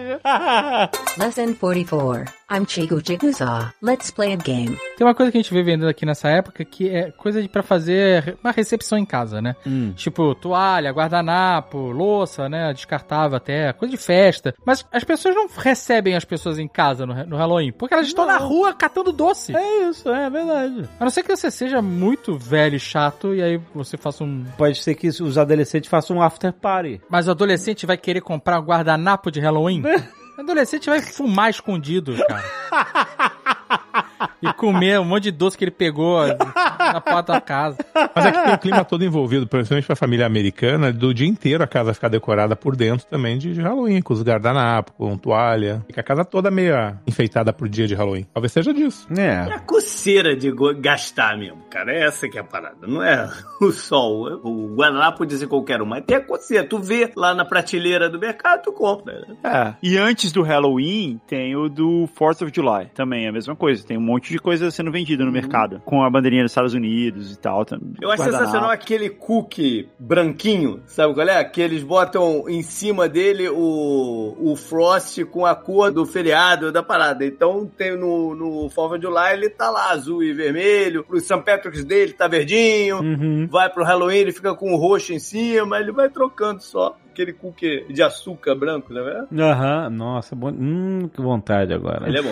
Speaker 2: nojo!
Speaker 7: Lesson forty-four. I'm Chigo Jigusaw. Let's play a game.
Speaker 6: Tem uma coisa que a gente vê vendendo aqui nessa época que é coisa de pra fazer uma recepção em casa, né?
Speaker 2: Hum.
Speaker 6: Tipo, toalha, guardanapo, louça, né? Descartável até, coisa de festa. Mas as pessoas não recebem as pessoas em casa no, no Halloween, porque elas estão na rua catando doce.
Speaker 2: É isso, é verdade.
Speaker 6: A não ser que você seja muito velho e chato e aí você faça um...
Speaker 2: Pode ser que os adolescentes façam um after party.
Speaker 6: Mas o adolescente vai querer comprar um guardanapo de Halloween? O adolescente vai fumar escondido, cara. E comer um monte de doce que ele pegou na porta da casa.
Speaker 3: Mas aqui tem o clima todo envolvido, principalmente pra família americana, do dia inteiro a casa ficar decorada por dentro também de Halloween, com os guardanapos, com toalha. Fica a casa toda meio enfeitada pro dia de Halloween. Talvez seja disso.
Speaker 4: É. É a coceira de go- gastar mesmo, cara. É essa que é a parada. Não é o sol. O guardanapo pode ser qualquer um, mas tem a coceira. Tu vê lá na prateleira do mercado, tu compra. Né?
Speaker 5: É. E antes do Halloween, tem o do fourth of July. Também é a mesma coisa. Tem um monte de coisa sendo vendida no uhum. mercado. Com a bandeirinha dos Estados Unidos e tal.
Speaker 4: Eu acho sensacional aquele cookie branquinho, sabe qual é? Que eles botam em cima dele o, o Frost com a cor do feriado da parada. Então tem no, no fourth of July ele tá lá azul e vermelho. Pro Saint Patrick's Day ele tá verdinho. Uhum. Vai pro Halloween ele fica com o roxo em cima. Ele vai trocando só. Aquele cookie de açúcar branco, tá vendo?
Speaker 2: Aham, uhum. Nossa, bom... hum, que vontade agora.
Speaker 4: Ele é bom.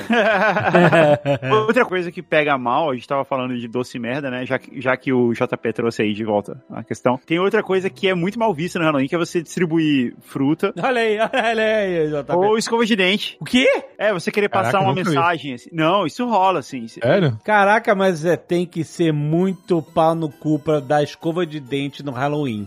Speaker 5: Outra coisa que pega mal, a gente tava falando de doce merda, né? Já, já que o J P trouxe aí de volta a questão. Tem outra coisa que é muito mal vista no Halloween, que é você distribuir fruta.
Speaker 2: Olha aí, olha aí, J P.
Speaker 5: Ou escova de dente.
Speaker 2: O quê?
Speaker 5: É, você querer passar Caraca, uma mensagem assim. Não, isso rola, assim.
Speaker 3: Sério?
Speaker 2: Caraca, mas é, tem que ser muito pau no cu pra dar escova de dente no Halloween.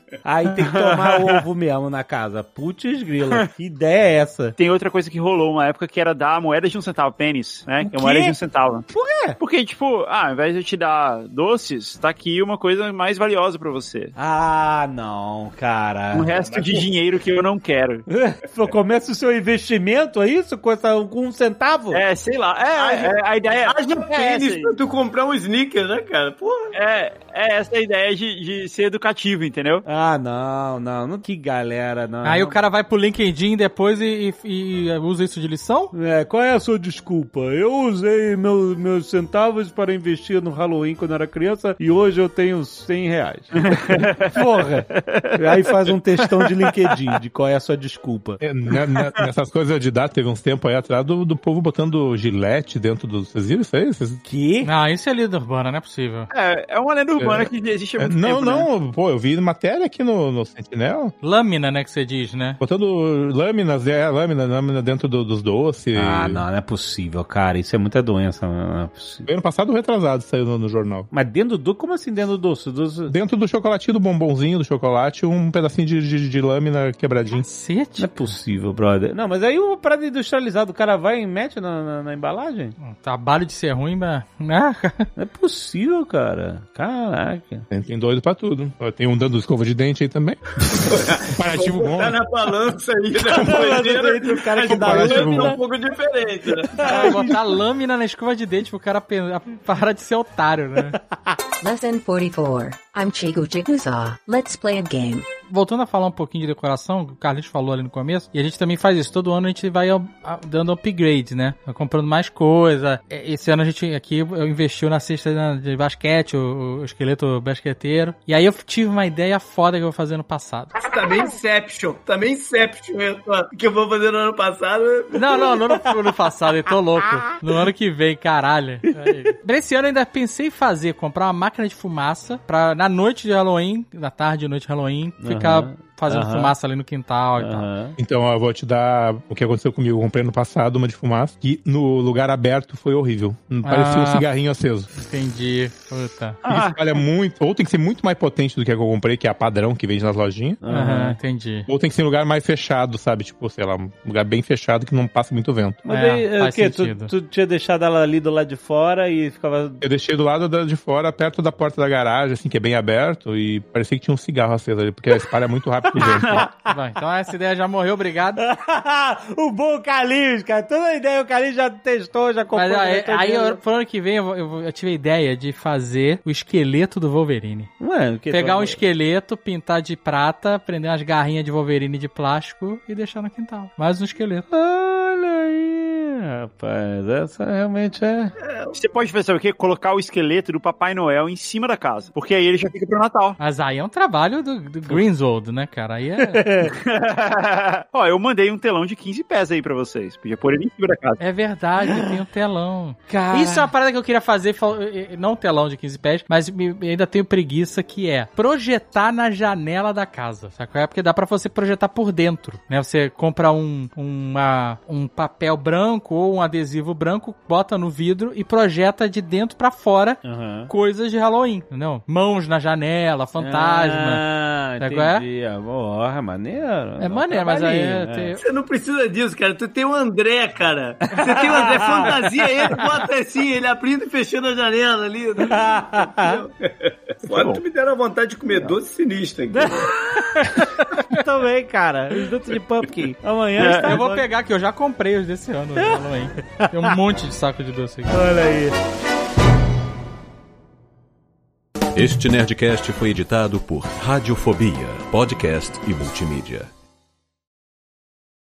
Speaker 2: Aí tem que tomar ovo mesmo na casa. Putz grila, que ideia é essa?
Speaker 5: Tem outra coisa que rolou uma época que era dar moeda de um centavo, pênis, né? Que é moeda de um centavo.
Speaker 2: Por quê?
Speaker 5: Porque, tipo, ah, ao invés de eu te dar doces, tá aqui uma coisa mais valiosa pra você.
Speaker 2: Ah, não, cara.
Speaker 5: Um resto de dinheiro que eu não quero.
Speaker 2: Começa o seu investimento, é isso? Custa um centavo?
Speaker 5: É, sei lá. É, ah, é a ideia...
Speaker 4: Haja pênis pra tu comprar um sneaker, né, cara? Porra.
Speaker 5: É, é essa a ideia de, de ser educativo, entendeu?
Speaker 2: Ah, não, não, não, que galera, não.
Speaker 6: Aí o cara vai pro LinkedIn depois e, e, e usa isso de lição?
Speaker 2: É, qual é a sua desculpa? Eu usei meu, meus centavos para investir no Halloween quando eu era criança e hoje eu tenho cem reais. Porra! Aí faz um textão de LinkedIn de qual é a sua desculpa.
Speaker 3: É, nessas coisas de dar, teve uns tempos aí atrás do, do povo botando gilete dentro dos... Vocês viram isso aí? Vocês...
Speaker 2: Que?
Speaker 6: Não, isso é lenda urbana, não é possível.
Speaker 5: É, é uma lenda urbana é, que existe há muito
Speaker 3: é, não,
Speaker 5: tempo,
Speaker 3: Não,
Speaker 5: né?
Speaker 3: Pô, eu vi matéria aqui no, no Sentinel.
Speaker 6: Lâmina, né, que você diz, né?
Speaker 3: Botando lâminas, é, lâmina, lâmina dentro do, dos doces.
Speaker 2: Ah, não, não é possível, cara. Isso é muita doença, não é possível.
Speaker 3: Ano passado, retrasado, saiu no, no jornal.
Speaker 2: Mas dentro do... Como assim dentro do doce? doce?
Speaker 3: Dentro do chocolatinho, do bombonzinho do chocolate, um pedacinho de, de, de lâmina quebradinho.
Speaker 6: Cacete.
Speaker 2: Não é possível, brother. Não, mas aí o prato industrializado, o cara vai e mete na, na, na embalagem?
Speaker 6: Trabalho de ser ruim, mas...
Speaker 2: Não é possível, cara. Caraca.
Speaker 3: Tem, tem doido pra tudo. Tem um dando escova de dente aí também. Comparativo bom.
Speaker 4: Tá na balança aí, né?
Speaker 2: Entre o cara que dá
Speaker 4: lâmina é um pouco diferente, né?
Speaker 6: Cara, botar lâmina na escova de dente pro cara parar de ser otário, né?
Speaker 7: Lesson forty-four. I'm Chigo Jigusa. Let's play a game.
Speaker 6: Voltando a falar um pouquinho de decoração, o Carlinhos falou ali no começo, e a gente também faz isso. Todo ano a gente vai dando upgrade, né? Vai comprando mais coisa. Esse ano a gente aqui eu investi na cesta de basquete, o, o esqueleto basqueteiro. E aí eu tive uma ideia foda que eu vou fazer no passado.
Speaker 4: Também Inception. Também Inception. Que eu vou fazer no ano passado.
Speaker 6: Não, não, não no ano passado. Eu tô louco. No ano que vem, caralho. Pra esse ano eu ainda pensei em fazer, comprar uma máquina de fumaça pra na noite de Halloween, na tarde e noite de Halloween, ficar uhum. fazendo uhum. fumaça ali no quintal e uhum. tal.
Speaker 3: Então, eu vou te dar o que aconteceu comigo. Eu comprei no passado uma de fumaça, que no lugar aberto foi horrível. Parecia ah, um cigarrinho aceso.
Speaker 6: Entendi. Puta.
Speaker 3: Ah. Espalha muito. Ou tem que ser muito mais potente do que a que eu comprei, que é a padrão que vende nas lojinhas.
Speaker 6: Uhum, entendi.
Speaker 3: Ou tem que ser um lugar mais fechado, sabe? Tipo, sei lá, um lugar bem fechado que não passa muito vento.
Speaker 2: Mas é, aí, faz o quê? Tu, tu tinha deixado ela ali do lado de fora e ficava...
Speaker 3: Eu deixei do lado de fora, perto da porta da garagem, assim, que é bem aberto, e parecia que tinha um cigarro aceso ali, porque espalha muito rápido o vento.
Speaker 6: Bom, então essa ideia já morreu, obrigado.
Speaker 2: O bom Carlinhos, cara. Toda ideia o Carlinhos já testou, já comprou.
Speaker 6: Mas,
Speaker 2: aí,
Speaker 6: aí eu, pro ano que vem, eu, eu, eu tive a ideia de fazer o esqueleto do Wolverine.
Speaker 2: Ué, que
Speaker 6: Pegar
Speaker 2: tô...
Speaker 6: um esqueleto, pintar de prata, prender umas garrinhas de Wolverine de plástico e deixar no quintal. Mais um esqueleto.
Speaker 2: Olha aí, rapaz. Essa realmente é...
Speaker 5: Você pode fazer o quê? Colocar o esqueleto do Papai Noel em cima da casa. Porque aí ele já fica pro Natal.
Speaker 6: Mas aí é um trabalho do, do Greenswald, né, cara? Aí é...
Speaker 5: Ó, eu mandei um telão de quinze pés aí pra vocês. Podia pôr ele em cima da casa.
Speaker 6: É verdade, tem um telão. Cara... Isso é uma parada que eu queria fazer, não um telão de quinze pés, mas ainda tenho preguiça, que é projetar na janela da casa, sabe? É porque dá pra você projetar por dentro, né? Você compra um, uma, um papel branco ou um adesivo branco, bota no vidro e projeta projeta de dentro pra fora
Speaker 2: Uhum.
Speaker 6: coisas de Halloween, entendeu? Mãos na janela, fantasma.
Speaker 2: Ah,
Speaker 6: Sabe qual é?
Speaker 2: entendi. Ah, porra, maneiro.
Speaker 6: É maneiro, mas aí é,
Speaker 2: trabalhinho,
Speaker 6: tem-
Speaker 4: Você não precisa disso, cara. Tu tem o André, cara. Você tem o André, fantasia ele, bota assim, ele abrindo e fechando a janela ali. Né? Fora tu me deram a vontade de comer doce sinistro aqui.
Speaker 2: Também, cara. Os doces de pumpkin. Amanhã está
Speaker 6: Eu vou
Speaker 2: bom.
Speaker 6: pegar aqui, eu já comprei os desse ano, de Halloween. Tem um monte de saco de doce aqui.
Speaker 2: Olha aí.
Speaker 8: Este Nerdcast foi editado por Radiofobia, podcast e multimídia.